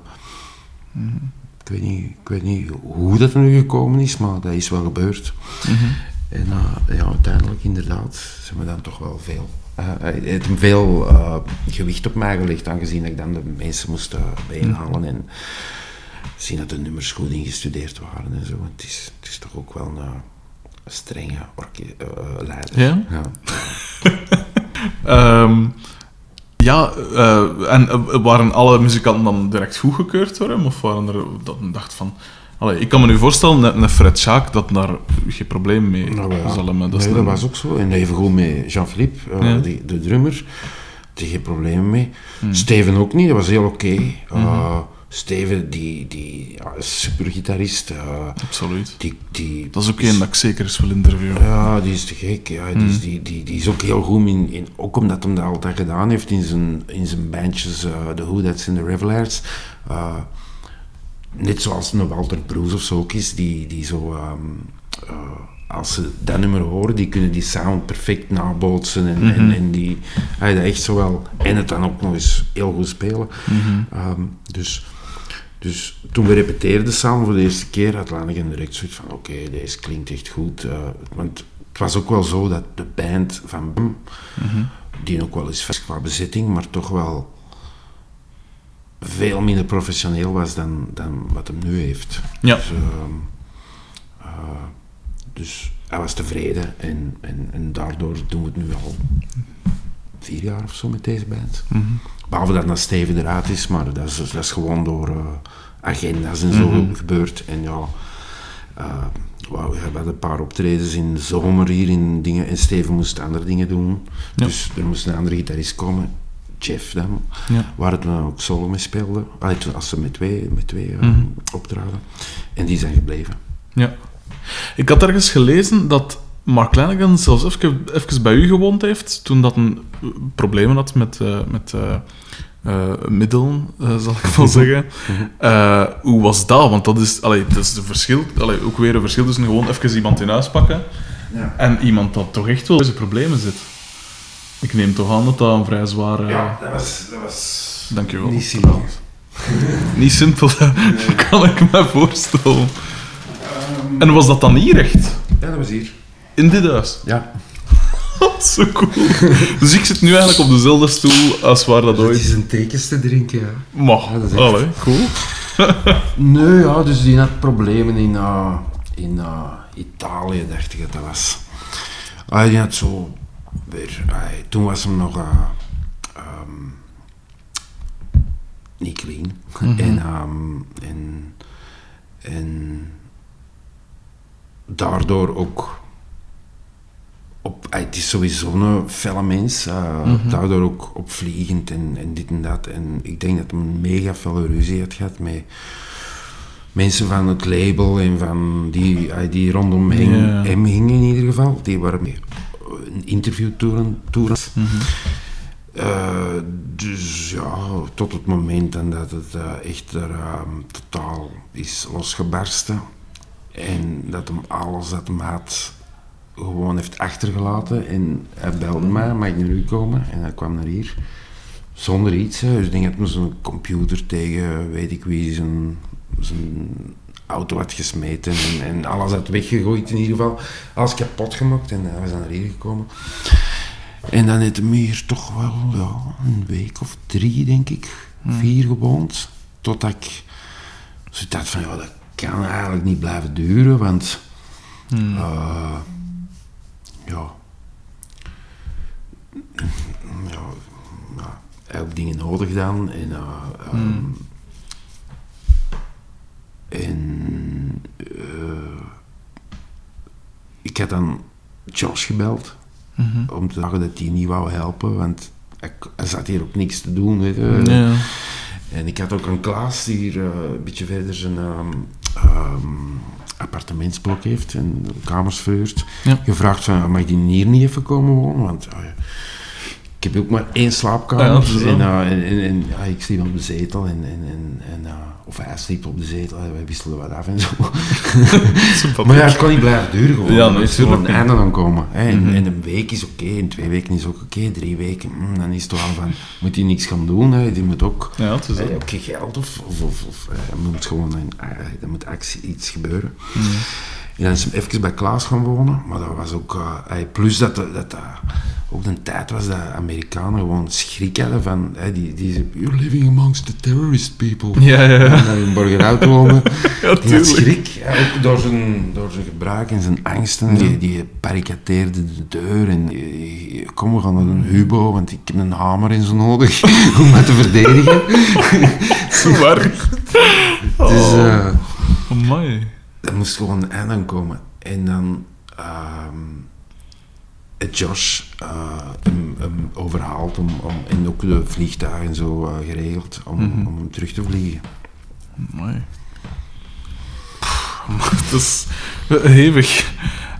Ik weet niet hoe dat er nu gekomen is, maar dat is wel gebeurd. En ja, uiteindelijk inderdaad zijn we dan toch wel veel... het heeft veel gewicht op mij gelegd, aangezien ik dan de mensen moest bijeenhalen en zien dat de nummers goed ingestudeerd waren en zo. Het is toch ook wel een strenge leider. Ja? Ja. En waren alle muzikanten dan direct goedgekeurd door hem? Of waren er dat een dacht van... Allee, ik kan me nu voorstellen, een Fred Schaak, dat daar geen probleem mee zal hebben. Dat was ook zo. En even goed met Jean-Philippe, de drummer. Daar geen probleem mee. Steven ook niet, dat was heel oké. Steven, die is supergitarist. Absoluut. Dat is ook één dat ik zeker eens wil interviewen. Ja, die is te gek. Ja. Die is ook heel goed in ook omdat hij dat altijd gedaan heeft in zijn bandjes, The Who That's in the Revelaars. Net zoals een Walter Bruce of zo ook is, die zo... als ze dat nummer horen, die kunnen die sound perfect nabootsen en die dat echt zo wel... En het dan ook nog eens heel goed spelen. Dus toen we repeteerden samen voor de eerste keer, had Lanigan direct zoiets van oké, deze klinkt echt goed. Want het was ook wel zo dat de band van Bum, die ook wel eens vast qua bezetting, maar toch wel veel minder professioneel was dan wat hem nu heeft. Ja. Dus hij was tevreden en daardoor doen we het nu al 4 jaar of zo met deze band. Behalve dat Steven eruit is, maar dat is gewoon door agenda's en zo gebeurd. En ja, we hebben een paar optredens in de zomer hier in dingen en Steven moest andere dingen doen. Ja. Dus er moest een andere gitarist komen. Jeff dan, waar het dan ook solo mee speelde, als ze met twee optraden. En die zijn gebleven. Ja. Ik had ergens gelezen dat Mark Lanigan zelfs even bij u gewoond heeft, toen dat een problemen had met middelen, zal ik wel zeggen. Hoe was dat? Want dat is een verschil, ook weer een verschil tussen gewoon even iemand in huis pakken en iemand dat toch echt wel in zijn problemen zit. Ik neem toch aan dat dat een vrij zware... Ja, dat was... Dank je wel. Niet simpel. Niet simpel, dat kan ik me voorstellen. En was dat dan hier echt? Ja, dat was hier. In dit huis? Ja. Zo cool. Dus ik zit nu eigenlijk op dezelfde stoel als waar dat ooit... Het is een tekens te drinken, ja. Maar, ja, cool. Nee, ja, dus die had problemen in Italië, dacht ik dat dat was. Die had zo... toen was hem nog niet clean. En daardoor ook het is sowieso een felle mens, daardoor ook opvliegend en dit en dat. En ik denk dat hij een mega felle ruzie had gehad met mensen van het label en van die rondom hem hingen in ieder geval. Die waren mee een interviewtoeren. Dus ja, tot het moment en dat het echt totaal is losgebarsten. En dat hem alles dat hem had gewoon heeft achtergelaten. En hij belde mij, mag ik naar u komen? En hij kwam naar hier. Zonder iets. Dus ik denk dat hij zijn computer tegen weet ik wie zijn auto had gesmeten. En alles had weggegooid in ieder geval. Alles kapot gemaakt en hij was dan naar hier gekomen. En dan heeft hij hier toch wel een week of 3, denk ik, 4 gewoond. Totdat ik zo dacht van, dat kan eigenlijk niet blijven duren, want hij had ook dingen nodig dan. Ik had dan Josh gebeld. Om te zeggen dat hij niet wou helpen, want hij zat hier ook niks te doen. Weet je. Ja. En ik had ook een Klaas die hier een beetje verder zijn appartementsblok heeft en kamers verhuurt. Ja. Gevraagd van, mag die hier niet even komen wonen? Want Ik heb ook maar 1 slaapkamer. Ja, dat is zo. En ik sliep op de zetel. Of hij sliep op de zetel. Wij wisselden wat af en zo. Maar ja, het kan niet blijven duren. Gewoon. Ja, Er moet natuurlijk gewoon een einde aan komen. Hè. Mhm. En een week is oké. En 2 weken is ook oké. 3 weken, dan is het wel van... Moet hij niks gaan doen. Hè. Die moet ook... Ja, het is zo. ook geen geld of er moet gewoon er moet actie, iets gebeuren. Mhm. En dan is hem even bij Klaas gaan wonen, maar dat was ook... plus dat ook de tijd was dat Amerikanen gewoon schrik hadden van... die you're living amongst the terrorist people. Ja. En dan in Borgerhout wonen. Ja, Die had schrik. Ook door zijn gebruik en zijn angsten. Die barricadeerde de deur en... Kom, we gaan naar een Hubo, want ik heb een hamer en zo nodig om mij te verdedigen. Zo waar. Dus... Amai. Er moest gewoon een einde aan komen. En dan Josh hem overhaald en ook de vliegtuigen en zo geregeld om hem terug te vliegen. Amai. Dat is hevig.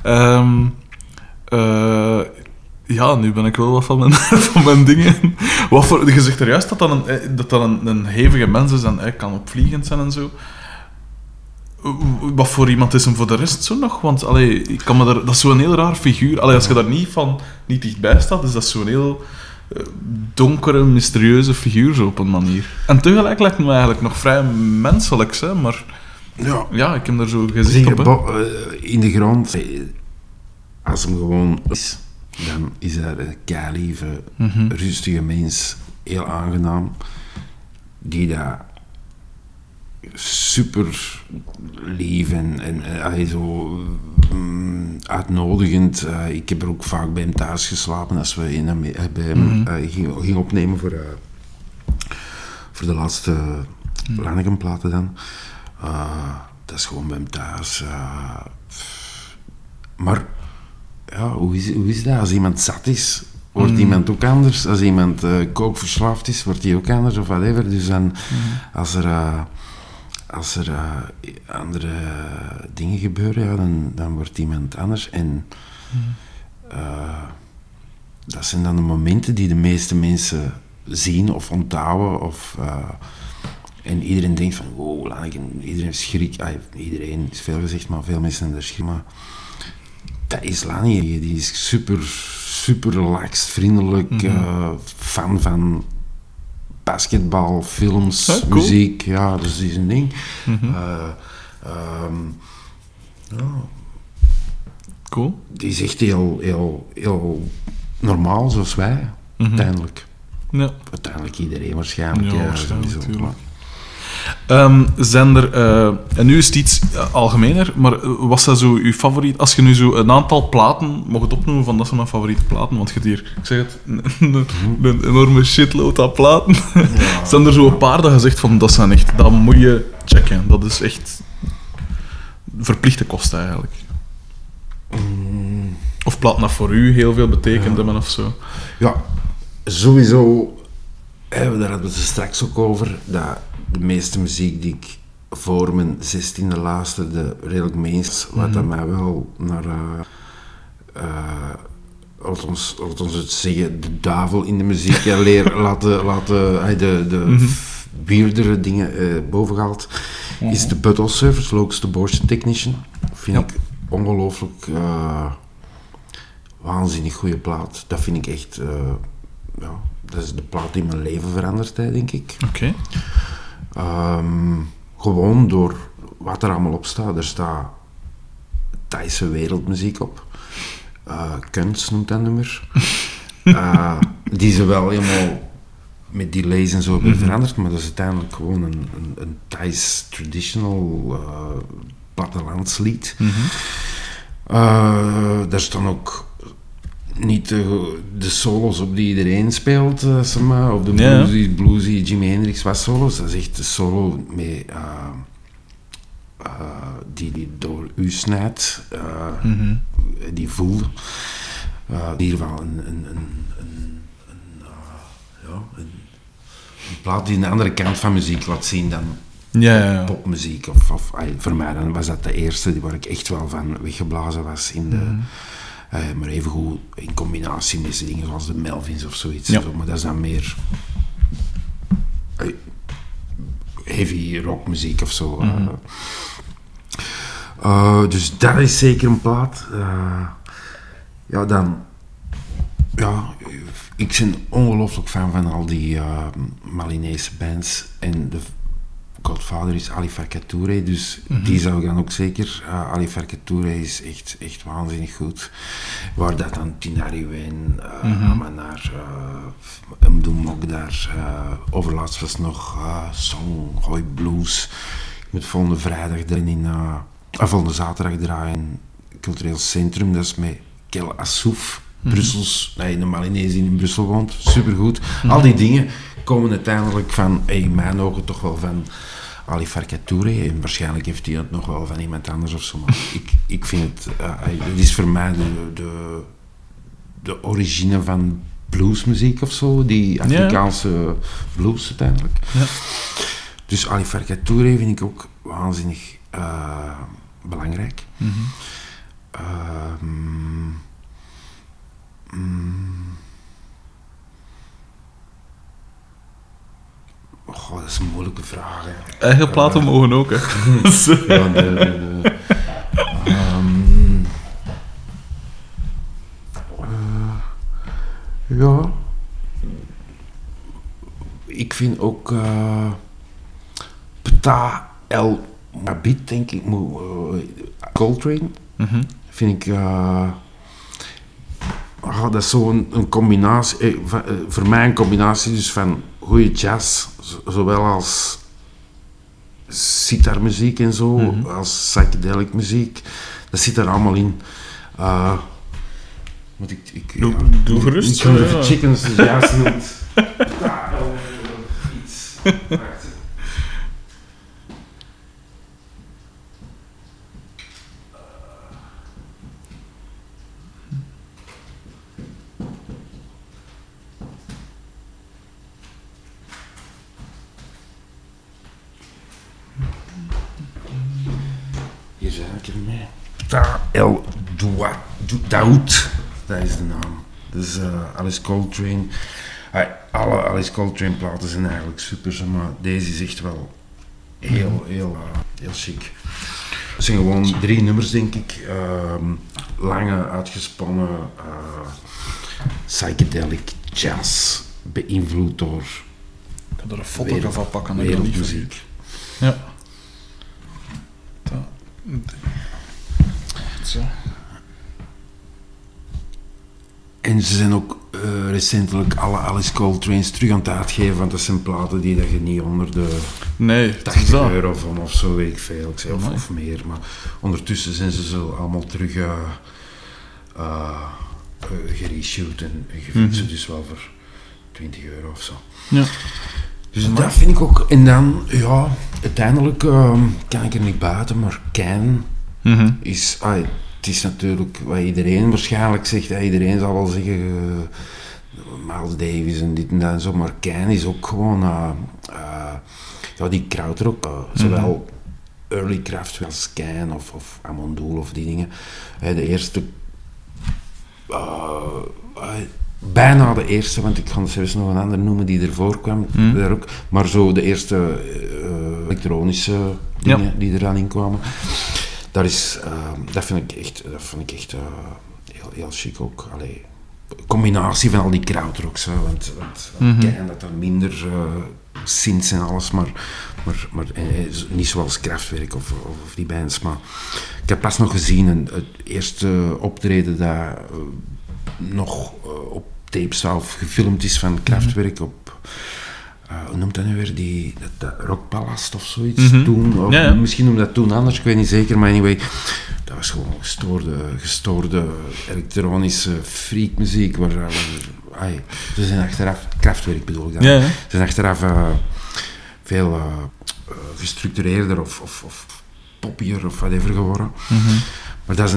Ja, nu ben ik wel wat van mijn dingen. Je zegt er juist dat een hevige mens is en kan opvliegend zijn en zo. Wat voor iemand is hem voor de rest zo nog? Want ik kan dat is zo'n heel raar figuur. Als je daar niet dichtbij staat, is dat zo'n heel donkere, mysterieuze figuur zo op een manier. En tegelijk lijkt het me eigenlijk nog vrij menselijk, hè? Maar ja, ik heb daar zo gezicht op. In de grond, als hem gewoon is, dan is hij een keilieve, rustige mens, heel aangenaam, die daar super lief en zo uitnodigend. Ik heb er ook vaak bij hem thuis geslapen als we bij hem gingen opnemen voor de laatste Lannegem-platen dan. Dat is gewoon bij hem thuis. Maar ja, hoe is dat? Als iemand zat is, wordt iemand ook anders. Als iemand kookverslaafd is, wordt hij ook anders of whatever. Dus dan, als er andere dingen gebeuren, ja, dan wordt iemand anders. En dat zijn dan de momenten die de meeste mensen zien of onthouden. En iedereen denkt van, wow, iedereen heeft schrik. Iedereen is veel gezegd, maar veel mensen hebben er schrik. Maar dat is Lani. Die is super relaxed, vriendelijk, fan van basketbal, films, cool. Muziek, ja, dus die is een ding. Cool. Die is echt heel normaal, zoals wij, uiteindelijk. Ja. Uiteindelijk iedereen waarschijnlijk. Ja, waarschijnlijk, natuurlijk. Zijn er, en nu is het iets algemener, maar was dat zo uw favoriet? Als je nu zo een aantal platen mocht opnoemen van dat zijn mijn favoriete platen, want je hebt hier, ik zeg het, een enorme shitload aan platen. Ja. Zijn er zo een paar dat je zegt van dat zijn echt, dat moet je checken. Dat is echt verplichte kosten eigenlijk. Of platen dat voor u heel veel betekend hebben of zo. Ja, sowieso. Daar hadden we het straks ook over. Dat de meeste muziek die ik voor mijn 16e luisterde, redelijk meest, wat dat mij wel naar, laat ons het zeggen, de duivel in de muziek laten de weirdere dingen boven gehaald, is de Buttle Service, Locust Abortion Technician. Vind ik ongelooflijk waanzinnig goede plaat. Dat vind ik echt, dat is de plaat die mijn leven veranderd heeft, denk ik. Oké. Gewoon door wat er allemaal op staat. Er staat Thaise wereldmuziek op. Kunst noemt dat nummer. Die ze wel helemaal met delays en zo hebben veranderd, maar dat is uiteindelijk gewoon een Thais traditional plattelandslied. Daar staan ook niet de solos op die iedereen speelt, zeg maar, of de bluesy Jimi Hendrix was solos. Dat is echt de solo met, die door u snijdt, die voelde. Hier wel een plaat die een andere kant van muziek laat zien dan popmuziek. Of voor mij dan was dat de eerste waar ik echt wel van weggeblazen was in Maar evengoed in combinatie met dingen zoals de Melvins of zoiets. Ja. Zo, maar dat is dan meer heavy rockmuziek of zo. Dus dat is zeker een plaat. Ik ben ongelooflijk fan van al die Malinese bands. En de godvader is Ali Farka Touré, dus die zou ik dan ook zeker... Ali Farka Touré is echt waanzinnig goed. Waar dat dan Tinariwen, Amanar, Mdou Mokdar, overlaatst was nog Song, Hoi Blues. Ik moet volgende vrijdag volgende zaterdag draaien in Cultureel Centrum, dat is met Kel Assouf. Brussels, de Malinese die in Brussel woont, supergoed. Al die dingen komen uiteindelijk van, in mijn ogen toch wel van Ali Farka Touré, en waarschijnlijk heeft hij het nog wel van iemand anders of zo, maar ik vind het is voor mij de origine van bluesmuziek of zo, die Afrikaanse blues uiteindelijk. Ja. Dus Ali Farka Touré vind ik ook waanzinnig belangrijk. Dat is een moeilijke vraag. Hè. Eigen platen mogen ook, hè. Ja. Ik vind ook Pta El Mabit, denk ik, Coltrane, vind ik... dat is zo'n combinatie, voor mij een combinatie dus van goede jazz, zowel als sitarmuziek en zo, als psychedelic muziek. Dat zit er allemaal in. Doe gerust. Ik ga de chickens juist niet... iets. Hier zijn ik ermee. Pta El Daoud, dat is de naam. Dus Alice Coltrane. Alle Alice Coltrane platen zijn eigenlijk super, maar deze is echt wel heel chic. Het zijn gewoon 3 nummers, denk ik. Lange, uitgespannen psychedelic jazz, beïnvloed door... Ik ga er een foto van pakken. Wereldmuziek. Ja. Zo. En ze zijn ook recentelijk alle Alice Coltrane's terug aan het uitgeven, want dat zijn platen die dat je niet onder de €80 van of zo, weet ik veel, of meer. Maar ondertussen zijn ze zo allemaal terug gereshoot en je vindt ze dus wel voor €20 of zo. Ja. Dus dat vind ik ook. En dan, uiteindelijk kan ik er niet buiten, maar Can is... het is natuurlijk wat iedereen waarschijnlijk zegt. Iedereen zal wel zeggen... Miles Davis en dit en dat en zo. Maar Can is ook gewoon... die krautrock. Zowel early Kraftwerk als Can of Amondoul of die dingen. De eerste... bijna de eerste, want ik ga zelfs nog een ander noemen die ervoor kwam, daar ook, maar zo de eerste elektronische dingen die er dan in kwamen. Dat vind ik echt heel chic ook. Allee, combinatie van al die krautrocks, want Ken dat dan minder synths en alles, maar niet zoals Kraftwerk of die bands, maar ik heb pas nog gezien het eerste optreden dat nog op tape zelf gefilmd is van Kraftwerk op, hoe noemt dat nu weer, dat Rockpalast of zoiets toen, of misschien noemde dat toen anders, ik weet niet zeker, maar anyway, dat was gewoon gestoorde elektronische freakmuziek, ze zijn achteraf, Kraftwerk bedoel ik dan, ze zijn achteraf veel gestructureerder of poppier of whatever geworden, maar dat is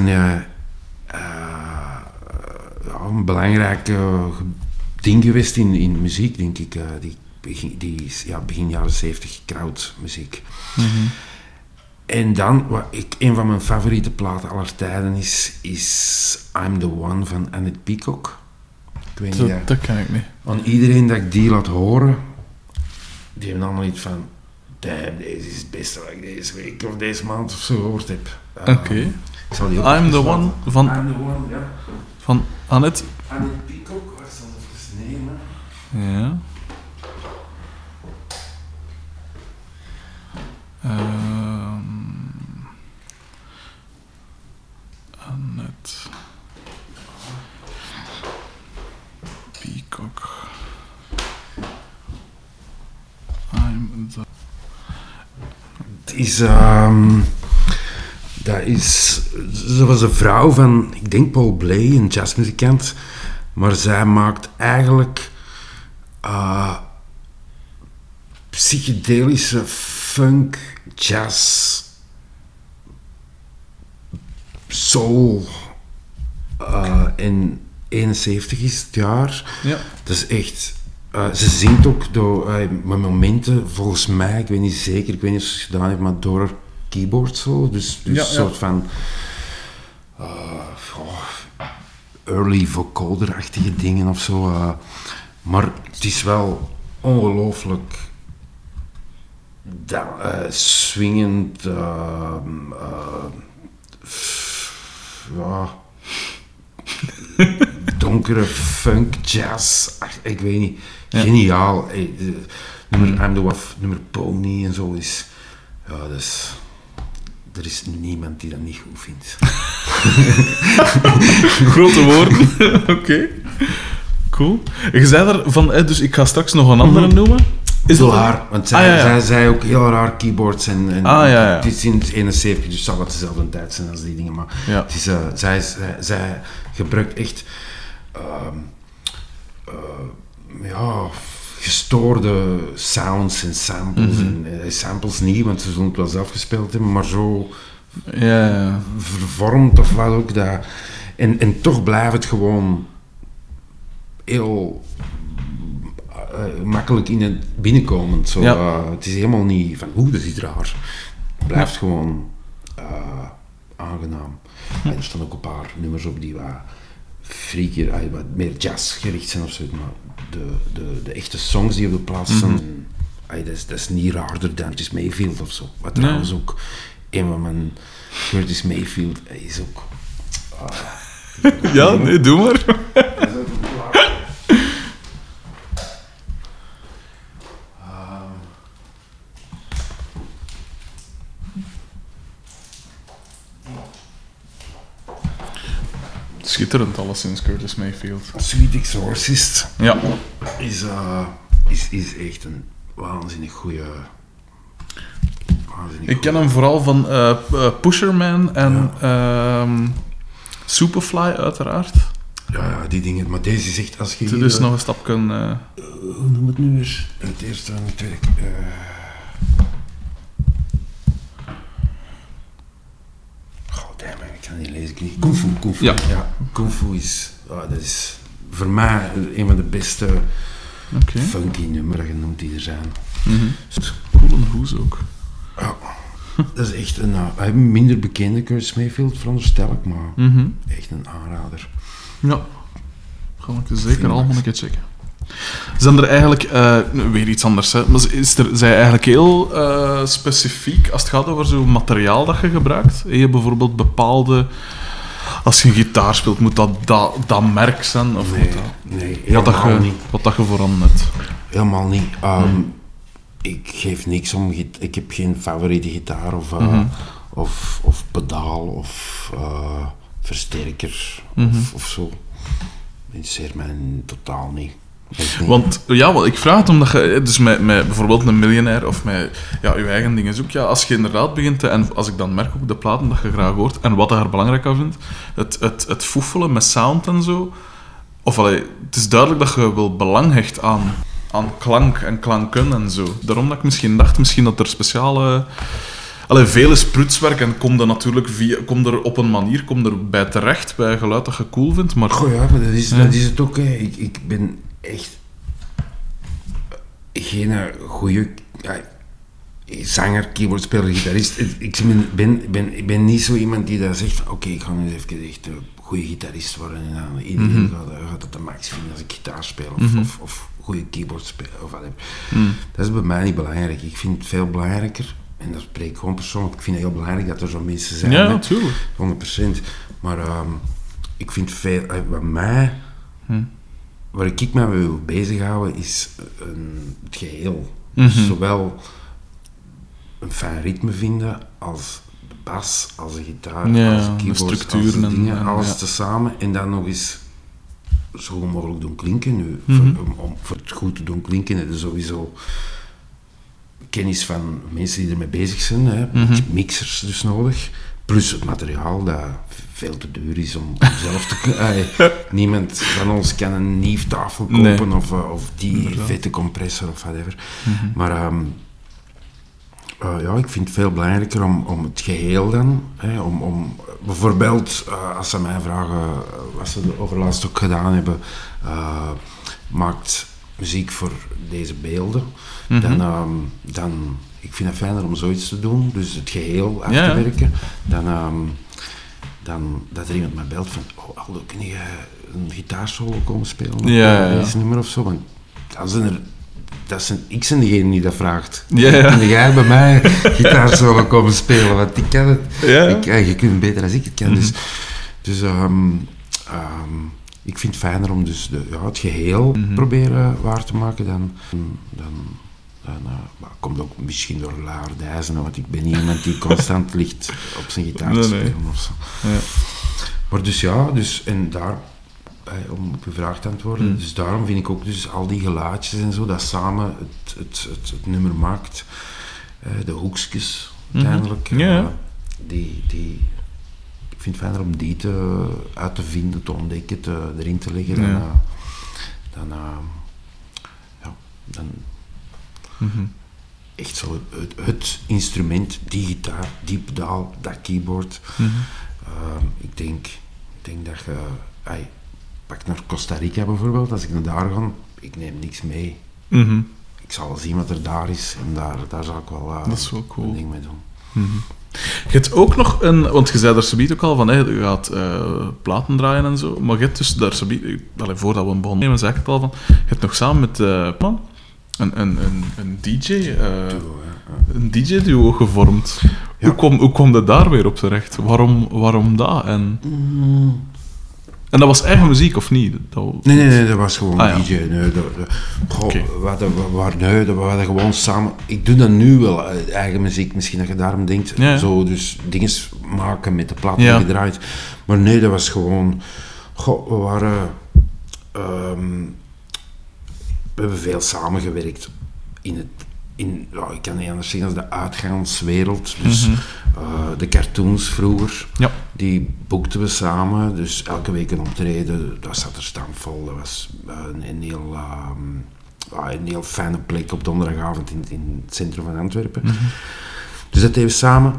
een belangrijk ding geweest in muziek, denk ik. Die begin jaren 70 crowdmuziek. En dan, een van mijn favoriete platen aller tijden is I'm the One van Annette Peacock. Ik weet niet, Dat ken ik niet. aan iedereen dat ik die laat horen, die hebben allemaal iets van, damn, deze is het beste wat ik deze week of deze maand of zo gehoord heb. Oké. Ik zal die ook I'm the even One laten. van, I'm the One, ja. van Annette. Annette Peacock, waar zal ik eens nemen? Ja. Annette Peacock. I'm the... Ze was een vrouw van, ik denk Paul Bley, een jazzmuzikant, maar zij maakt eigenlijk psychedelische funk, jazz, soul. In 71 is het jaar. Ja. Dat is echt... ze zingt ook door met momenten, volgens mij, ik weet niet zeker, ik weet niet of ze het gedaan heeft, maar door haar keyboard zo. Dus een soort van early vocoder-achtige dingen of zo. Maar het is wel ongelooflijk swingend, donkere funk, jazz, ik weet niet, geniaal. Nummer I'm the Waff, nummer Pony en zo is, er is niemand die dat niet goed vindt. Grote woorden. Oké. Cool. Je zei daarvan, dus ik ga straks nog een andere noemen. Is wel haar, want zij zei ook heel raar keyboards en het is in 71, dus zal het dezelfde tijd zijn als die dingen, maar het is, zij gebruikt echt gestoorde sounds en samples. En samples niet, want ze zullen het wel zelf gespeeld hebben, maar zo vervormd of wat ook. Dat, en toch blijft het gewoon heel makkelijk in het binnenkomen. Zo, het is helemaal niet van, dat is raar. Het blijft gewoon aangenaam. En er staan ook een paar nummers op die wat freakier, wat meer jazzgericht zijn of zo. Maar de echte songs die op de plaats staan, dat is niet raarder dan Curtis Mayfield of zo. Wat trouwens ook een van mijn Curtis Mayfield is ook... ja, nee, doe maar. Schitterend alleszins, Curtis Mayfield. Sweet Exorcist is echt een waanzinnig goede... Ik ken hem vooral van Pusherman en Superfly, uiteraard. Ja, die dingen. Maar deze is echt... Als je dit is nog een stapje... hoe noem het nu weer? Het eerste en het tweede... ik kan niet lezen. Kung Fu. Ja, Kung Fu is... dat is voor mij een van de beste funky nummers genoemd die er zijn. Coole hoes ook. Ja, dat is echt een minder bekende Curtis Mayfield, veronderstel ik, maar echt een aanrader. Ja, ga ik zeker allemaal een keer checken. Zijn er eigenlijk, weer iets anders, hè, maar zijn eigenlijk heel specifiek, als het gaat over zo'n materiaal dat je gebruikt? Heb je bijvoorbeeld bepaalde, als je een gitaar speelt, moet dat merk zijn? Of nee, helemaal niet. Wat dat je voorhanden hebt? Helemaal niet. Ik geef niks om, ik heb geen favoriete gitaar of pedaal of versterker of zo. Dat interesseert mij totaal niet. Want ik vraag het omdat je, dus met bijvoorbeeld een miljonair of met je eigen dingen zoekt, als je inderdaad begint en als ik dan merk ook de platen dat je graag hoort en wat je er belangrijk aan vindt, het foefelen met sound en zo, het is duidelijk dat je wel belang hecht aan klank en klanken en zo. Daarom dat ik misschien dacht dat er speciale... vele sprutswerk en kom er op een manier bij terecht, bij geluid dat je cool vindt, maar... Goh ja, maar dat is het ook, hè. Ik ben echt geen goeie... zanger, keyboardspeler, gitarist. Ik ben niet zo iemand die daar zegt van oké, ik ga nu eens even echt een goede gitarist worden en dan iedereen gaat het de max vinden als ik gitaar speel of goede keyboard speel of whatever. Dat is bij mij niet belangrijk. Ik vind het veel belangrijker, en dat spreek ik gewoon persoonlijk, ik vind het heel belangrijk dat er zo'n mensen zijn. Ja, natuurlijk. 100%. Maar ik vind veel, bij mij, waar ik mij mee wil bezighouden, is het geheel. Zowel een fijn ritme vinden als de bas, als de gitaar, als de keyboard, structuren, als de dingen, en alles tezamen. En dan nog eens zo goed mogelijk doen klinken. Nu, om voor het goed te doen klinken, heb je sowieso kennis van mensen die ermee bezig zijn. Hè. Mixers dus nodig. Plus het materiaal dat veel te duur is om zelf te... niemand van ons kan een nieftafel kopen of die vette compressor of whatever. Maar ik vind het veel belangrijker om het geheel dan. Om bijvoorbeeld, als ze mij vragen, wat ze overlaatst ook gedaan hebben, maakt muziek voor deze beelden, dan ik vind het fijner om zoiets te doen, dus het geheel af te werken, dan dat er iemand mij belt van, Aldo, kun je een gitaarsolo komen spelen op deze nummer of zo, want dan zijn er... ik ben degene die dat vraagt. Kun jij bij mij gitaarsolo komen spelen? Want ik kan het. Je kunt het beter dan ik het kan. Dus ik vind het fijner om dus het geheel proberen waar te maken dan komt ook misschien door laardijzen, want ik ben niet iemand die constant ligt op zijn gitaar te spelen of zo. Ja. Maar en daar... om op uw vraag te antwoorden. Dus daarom vind ik ook dus al die geluidjes en zo, dat samen het nummer maakt. De hoekjes, uiteindelijk. Ik vind het fijner om die uit te vinden, te ontdekken, erin te leggen. Dan echt zo het instrument, die gitaar, die pedaal, dat keyboard. Ik denk dat je... pak naar Costa Rica bijvoorbeeld, als ik naar daar ga, ik neem niks mee. Ik zal wel zien wat er daar is en daar zal ik wel, dat is wel cool. Een ding mee doen. Je hebt ook nog want je zei daar zoiets ook al van, je gaat platen draaien en zo, maar je hebt dus daar zoiets, voordat we een begonnen, zei ik het al van, je hebt nog samen met man een DJ, een DJ-duo gevormd. Ja. Hoe kwam je daar weer op terecht? Waarom dat? En dat was eigen muziek, of niet? Nee, dat was gewoon DJ. Nee, we hadden gewoon samen... Ik doe dat nu wel, eigen muziek, misschien dat je daarom denkt. Ja. Zo, dus dingen maken met de plaat die gedraaid. Maar nee, dat was gewoon... we waren... we hebben veel samengewerkt ik kan niet anders zeggen als de uitgaanswereld. Dus de cartoons vroeger, die boekten we samen. Dus elke week een optreden, dat zat er stampvol. Dat was een heel fijne plek op donderdagavond in het centrum van Antwerpen. Dus dat deden we samen.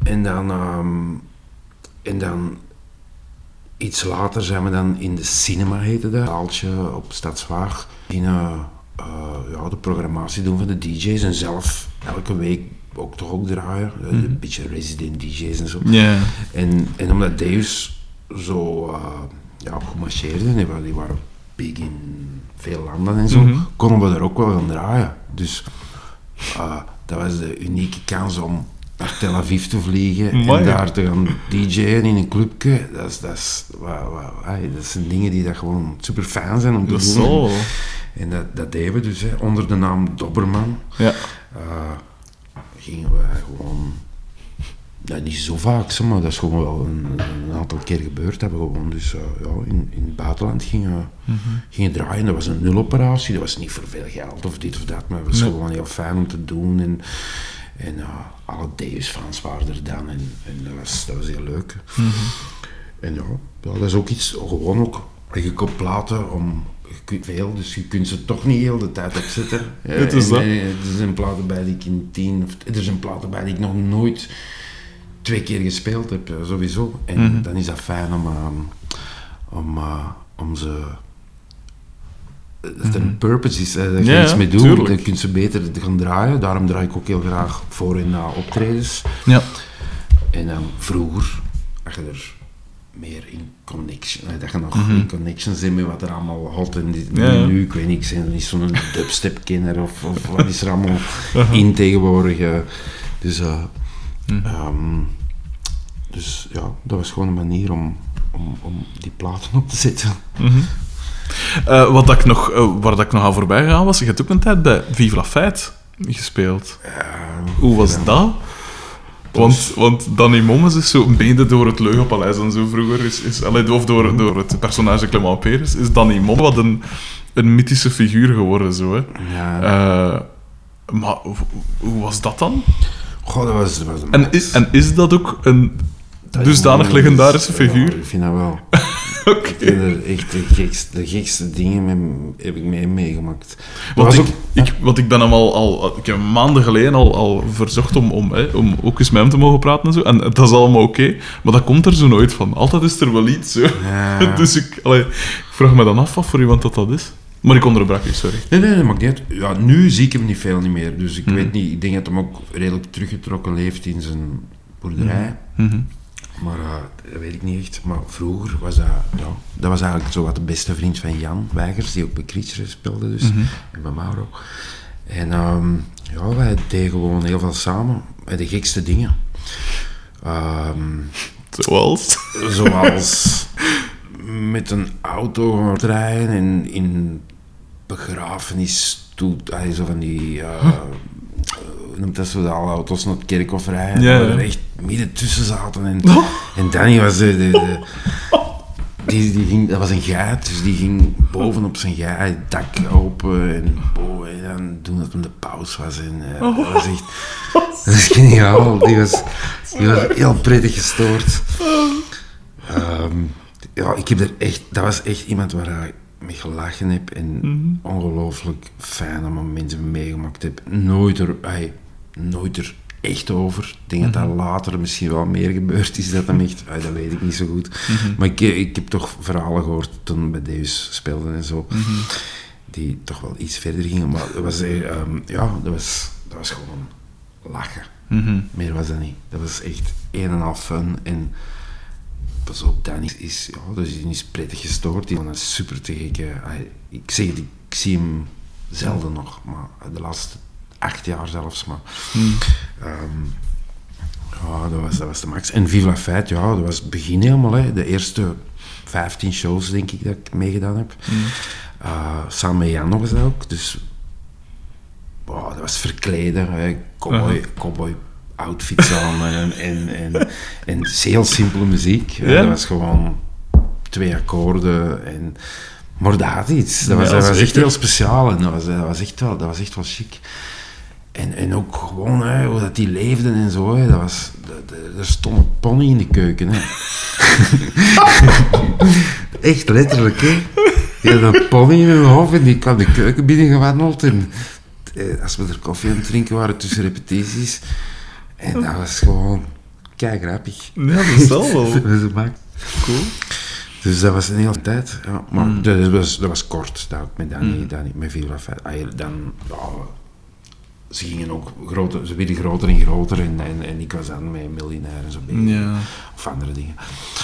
En dan iets later zijn we dan in de cinema, heette dat, zaaltje op Stadswaag, de programmatie doen van de DJ's en zelf elke week ook draaien. Een beetje resident DJ's en zo. Yeah. En omdat Deus zo goed marcheerde, die waren big in veel landen en zo, konden we er ook wel gaan draaien. Dus dat was de unieke kans om naar Tel Aviv te vliegen en daar te gaan DJ'en in een clubje. Dat zijn dingen die dat gewoon super fijn zijn om te doen. Zo. En dat deden we dus, onder de naam Dobberman. Ja. Gingen we gewoon... niet zo vaak, maar dat is gewoon wel een aantal keer gebeurd. Dat we gewoon dus in het buitenland gingen draaien. Dat was een nuloperatie, dat was niet voor veel geld of dit of dat, maar het was gewoon heel fijn om te doen. En alle Deus-fans waren er dan en dat was heel leuk. En dat is ook iets, gewoon ook, je koopt platen veel, dus je kunt ze toch niet heel de tijd opzetten. Er zijn platen bij die ik er zijn platen bij die ik nog nooit 2 keer gespeeld heb, sowieso. En dan is dat fijn om ze dat er een purpose is, dat je iets mee doet, tuurlijk. dan kun je ze beter gaan draaien. Daarom draai ik ook heel graag voor en na optredens. Ja. En dan vroeger, als je er meer in connection, dat je nog in connections zit met wat er allemaal hot en dit, nu, ik weet niet, ik ben niet zo'n dubstep-kenner of wat is er allemaal in tegenwoordig. Dus ja, dat was gewoon een manier om die platen op te zetten. Waar dat ik nog aan voorbij gegaan was, je hebt ook een tijd bij Vive la Fête gespeeld. Hoe was dat? Want Danny Mommes is zo een beetje door het Leugenpaleis en zo vroeger. Of door het personage Clément Peres is Danny Mommes wat een mythische figuur geworden. Zo, hè. Ja. Maar hoe was dat dan? Goh, dat was En is dat ook een dusdanig legendarische figuur? Ja, ik vind dat wel. Oké. Ik vind er echt de gekste dingen heb ik meegemaakt. Want ik ben hem ik heb maanden geleden al verzocht om ook eens met hem te mogen praten en zo. En dat is allemaal oké, maar dat komt er zo nooit van. Altijd is er wel iets, zo. Ja. Dus ik vraag me dan af wat voor iemand dat is. Maar ik onderbrak je, sorry. Nee, maakt niet uit. Ja, nu zie ik hem niet veel niet meer. Dus ik weet niet, ik denk dat hij ook redelijk teruggetrokken leeft in zijn boerderij. Maar dat weet ik niet echt. Maar vroeger was dat was eigenlijk zo wat de beste vriend van Jan Weigers, die ook bij Creature speelde dus, en bij Mauro. En wij deden gewoon heel veel samen, de gekste dingen. Zoals met een auto gaan rijden en in begrafenis zo van die... hoe noemt dat zo, de alle auto's naar het kerkhof rijden, waar er echt midden tussen zaten. En Danny was die ging, dat was een geit, dus die ging bovenop zijn geit, het dak open en dan doen dat toen de pauze was. En dat was echt... Dat is geniaal. Die was heel prettig gestoord. Ik heb er echt... Dat was echt iemand waar ik mee gelachen heb en ongelooflijk fijne momenten meegemaakt heb. Nooit er echt over. Ik denk dat later misschien wel meer gebeurd is. Dat weet ik niet zo goed. Maar ik heb toch verhalen gehoord toen bij Deus speelden en zo. Die toch wel iets verder gingen. Maar dat was gewoon lachen. Meer was dat niet. Dat was echt een en al fun. En pas op, Danny is prettig gestoord. Die is super te gek. Ik zeg het, ik zie hem zelden nog, maar de laatste 8 jaar zelfs. Maar dat was de max. En Vive la Fête, dat was het begin helemaal. Hè. De eerste 15 shows, denk ik, dat ik meegedaan heb. Samen met Jan nog eens ook. Dus dat was verkleden. Cowboy outfits aan en heel simpele muziek. Ja? Dat was gewoon 2 akkoorden. Maar dat had iets. Dat was echt heel speciaal en dat was echt wel chic. En ook gewoon hoe dat die leefden en zo. Hè. Er stond een pony in de keuken. Hè. Echt letterlijk. Hè. Die had een pony in hun hoofd en die kwam de keuken binnengewandeld. En als we er koffie aan het drinken waren tussen repetities. En dat was gewoon keigrappig. Ja, dat is wel. Cool. Dus dat was een hele tijd. Ja. Maar dat was kort, dat ook met Danny met Vive la Fête. Ze gingen ook groter, ze werden groter en groter en ik was dan met Miljonair en zo bezig. Ja. Of andere dingen.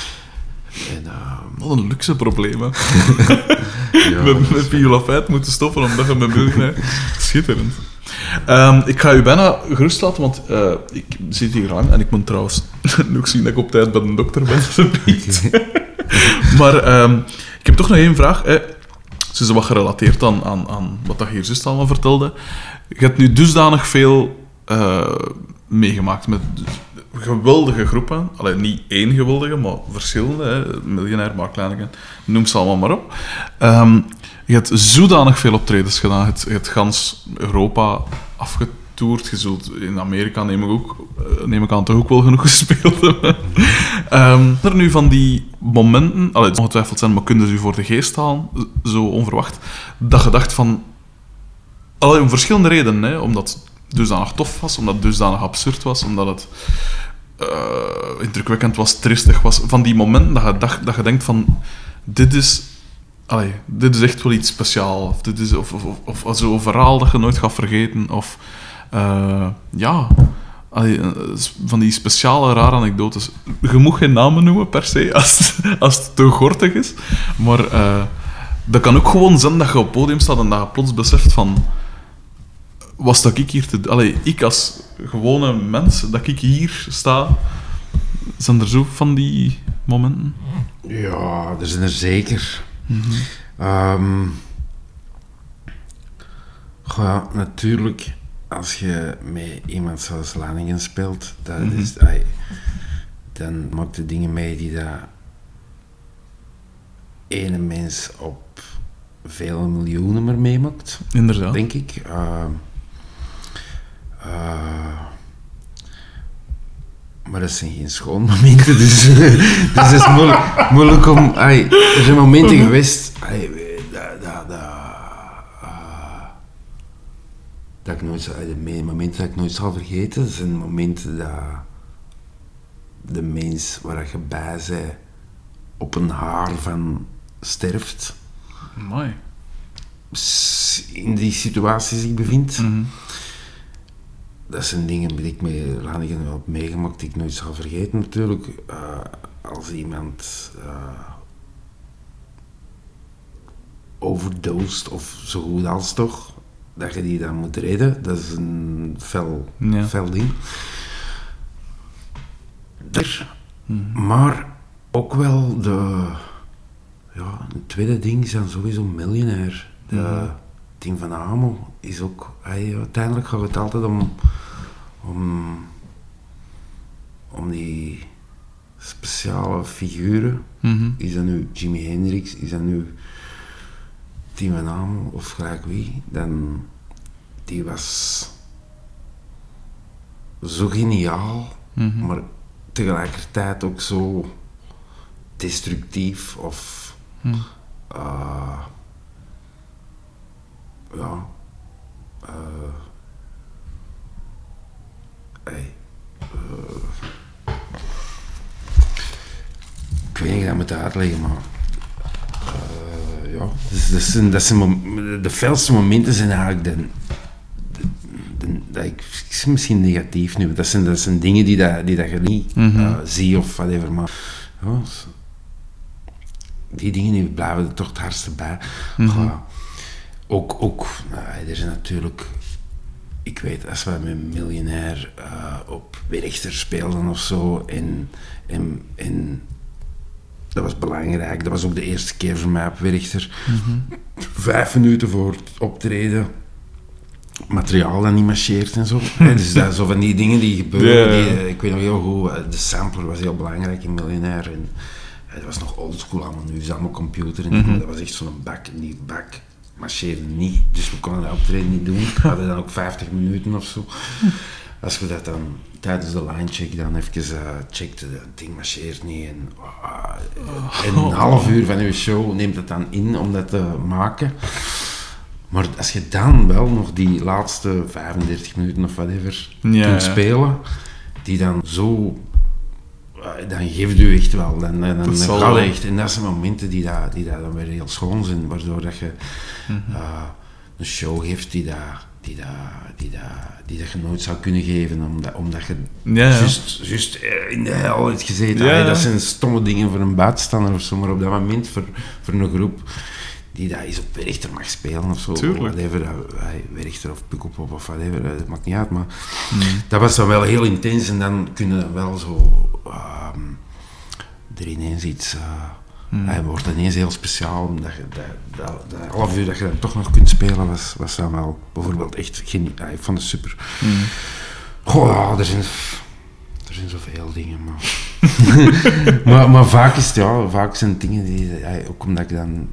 Wat een luxe probleem, hè. Met Vive la Fête moeten stoppen omdat je met Miljonair... Schitterend. Ik ga u bijna gerust laten, want ik zit hier lang en ik moet trouwens nog zien dat ik op tijd bij de dokter ben. Maar ik heb toch nog één vraag. Ze is wat gerelateerd aan wat je hier juist allemaal vertelde. Je hebt nu dusdanig veel meegemaakt met geweldige groepen. Alleen niet één geweldige, maar verschillende. Hè. Miljonair, Mark Leineken, noem ze allemaal maar op. Je hebt zodanig veel optredens gedaan. Je hebt gans Europa afgetoerd. Je zult in Amerika, neem ik aan, toch ook wel genoeg gespeeld hebben. Er nu van die momenten, het ongetwijfeld zijn, maar kunnen ze u voor de geest halen, zo onverwacht, dat je dacht van... om verschillende redenen, hè, omdat het dusdanig tof was, omdat het dusdanig absurd was, omdat het indrukwekkend was, tristig was. Van die momenten dat je denkt van... Dit is allee, dit is echt wel iets speciaals. Of dit is of zo'n verhaal dat je nooit gaat vergeten. Of allee, van die speciale, rare anekdotes. Je moet geen namen noemen per se, als het te gortig is. Maar dat kan ook gewoon zijn dat je op het podium staat en dat je plots beseft van... Wat sta ik hier te doen? Allee, ik als gewone mens, dat ik hier sta... Zijn er zo van die momenten? Ja, er zijn er zeker. Ja, natuurlijk, als je met iemand zoals Lanigan speelt, dat is, dan maakt de dingen mee die dat ene mens op vele miljoenen maar meemaakt. Inderdaad. Denk ik. Maar dat zijn geen schoon momenten, dus het is moeilijk om... er zijn momenten geweest dat ik nooit, de momenten dat ik nooit zal vergeten, dat zijn momenten dat de mens waar je bij bent op een haar van sterft. Mooi. In die situaties die ik bevind. Mm-hmm. Dat zijn dingen die ik met Lanigan wel heb meegemaakt die ik nooit zal vergeten natuurlijk. Als iemand overdosed of zo goed als toch, dat je die dan moet redden, dat is een fel ding. Maar ook wel het tweede ding is dan sowieso miljonair. Tim van Amel is ook... uiteindelijk gaat het altijd om die speciale figuren. Mm-hmm. Is dat nu Jimi Hendrix, is dat nu Tim van Amel of gelijk wie? Dan, die was zo geniaal, maar tegelijkertijd ook zo destructief of... ik weet niet hoe ik dat moet uitleggen, maar dat zijn de felste momenten zijn eigenlijk dat ik misschien negatief nu, dat zijn dingen die dat je niet ziet of whatever, maar die dingen die blijven er toch het hardste bij. Ook er zijn natuurlijk, ik weet, als wij met Miljonair op Werchter speelden of zo, en dat was belangrijk, dat was ook de eerste keer voor mij op Werchter. 5 minuten voor het optreden, materiaal dat niet marcheert en zo. Dus dat zo van die dingen die gebeuren, ik weet nog heel goed, de sampler was heel belangrijk in Miljonair, en het was nog oldschool allemaal, nu is het allemaal computer, en dat was echt zo'n bak, en die bak marcheerde niet, dus we konden dat optreden niet doen. We hadden dan ook 50 minuten of zo. Als we dat dan tijdens de line-check dan even checkten, het ding marcheert niet. En een half uur van uw show neemt het dan in om dat te maken. Maar als je dan wel nog die laatste 35 minuten of whatever kunt spelen, die dan zo... dan geeft u echt wel, dan gaat het echt. En dat zijn momenten die dan weer heel schoon zijn, waardoor dat je een show geeft die dat je nooit zou kunnen geven, omdat je juist in de hel hebt gezeten. Dat zijn stomme dingen voor een buitenstander of zo, maar op dat moment voor een groep die dat eens op Werchter mag spelen of zo, whatever, Werchter of Pukkelpop of whatever, dat maakt niet uit, maar dat was dan wel heel intens, en dan kun je dan wel zo er ineens iets... Hij wordt ineens heel speciaal, omdat je dat half uur dat je dan toch nog kunt spelen, was dan wel bijvoorbeeld echt geniaal. Ik vond het super. Er zijn zoveel dingen, maar... maar vaak is het, vaak zijn het dingen die... ook omdat ik dan...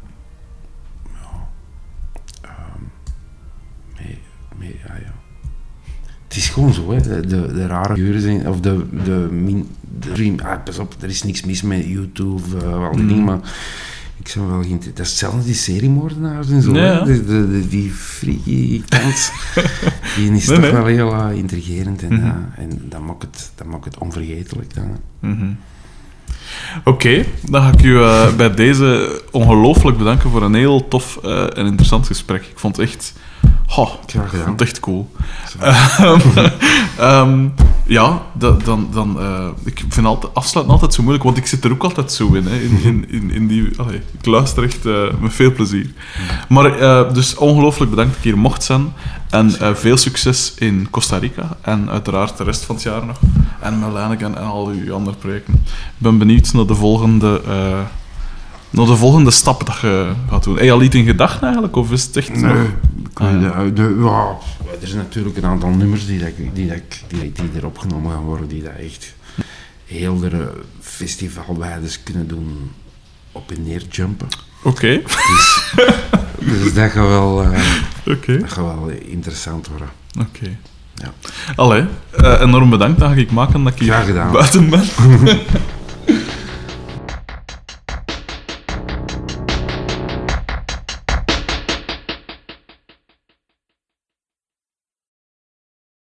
Het is gewoon zo, hè. De rare figuren zijn, of de dream, pas op, er is niks mis met YouTube, al die dingen, maar ik zou wel dat is hetzelfde die seriemoordenaars en zo, die freaky kant, die is toch wel heel intrigerend, en dat maakt het onvergetelijk dan. Oké, dan ga ik u bij deze ongelooflijk bedanken voor een heel tof en interessant gesprek. Ik vond het echt... Graag gedaan. Ik vond het echt cool. Ik vind afsluiten altijd zo moeilijk, want ik zit er ook altijd zo in. Hè, in die, ik luister echt met veel plezier. Maar dus ongelooflijk bedankt dat ik hier mocht zijn. En veel succes in Costa Rica. En uiteraard de rest van het jaar nog. En met Leineken en al uw andere projecten. Ik ben benieuwd naar de volgende stap dat je gaat doen. Heb je al iets in gedachten eigenlijk? Of is het echt... Nee. Er zijn natuurlijk een aantal nummers die er opgenomen gaan worden, die dat echt heel de festivalwijdes kunnen doen op en neer jumpen. Oké. Dus dat gaat wel, Oké. dat gaat wel interessant worden. Oké. Ja. Allee, enorm bedankt. Dan ga ik maken dat ik hier Graag gedaan. buiten ben.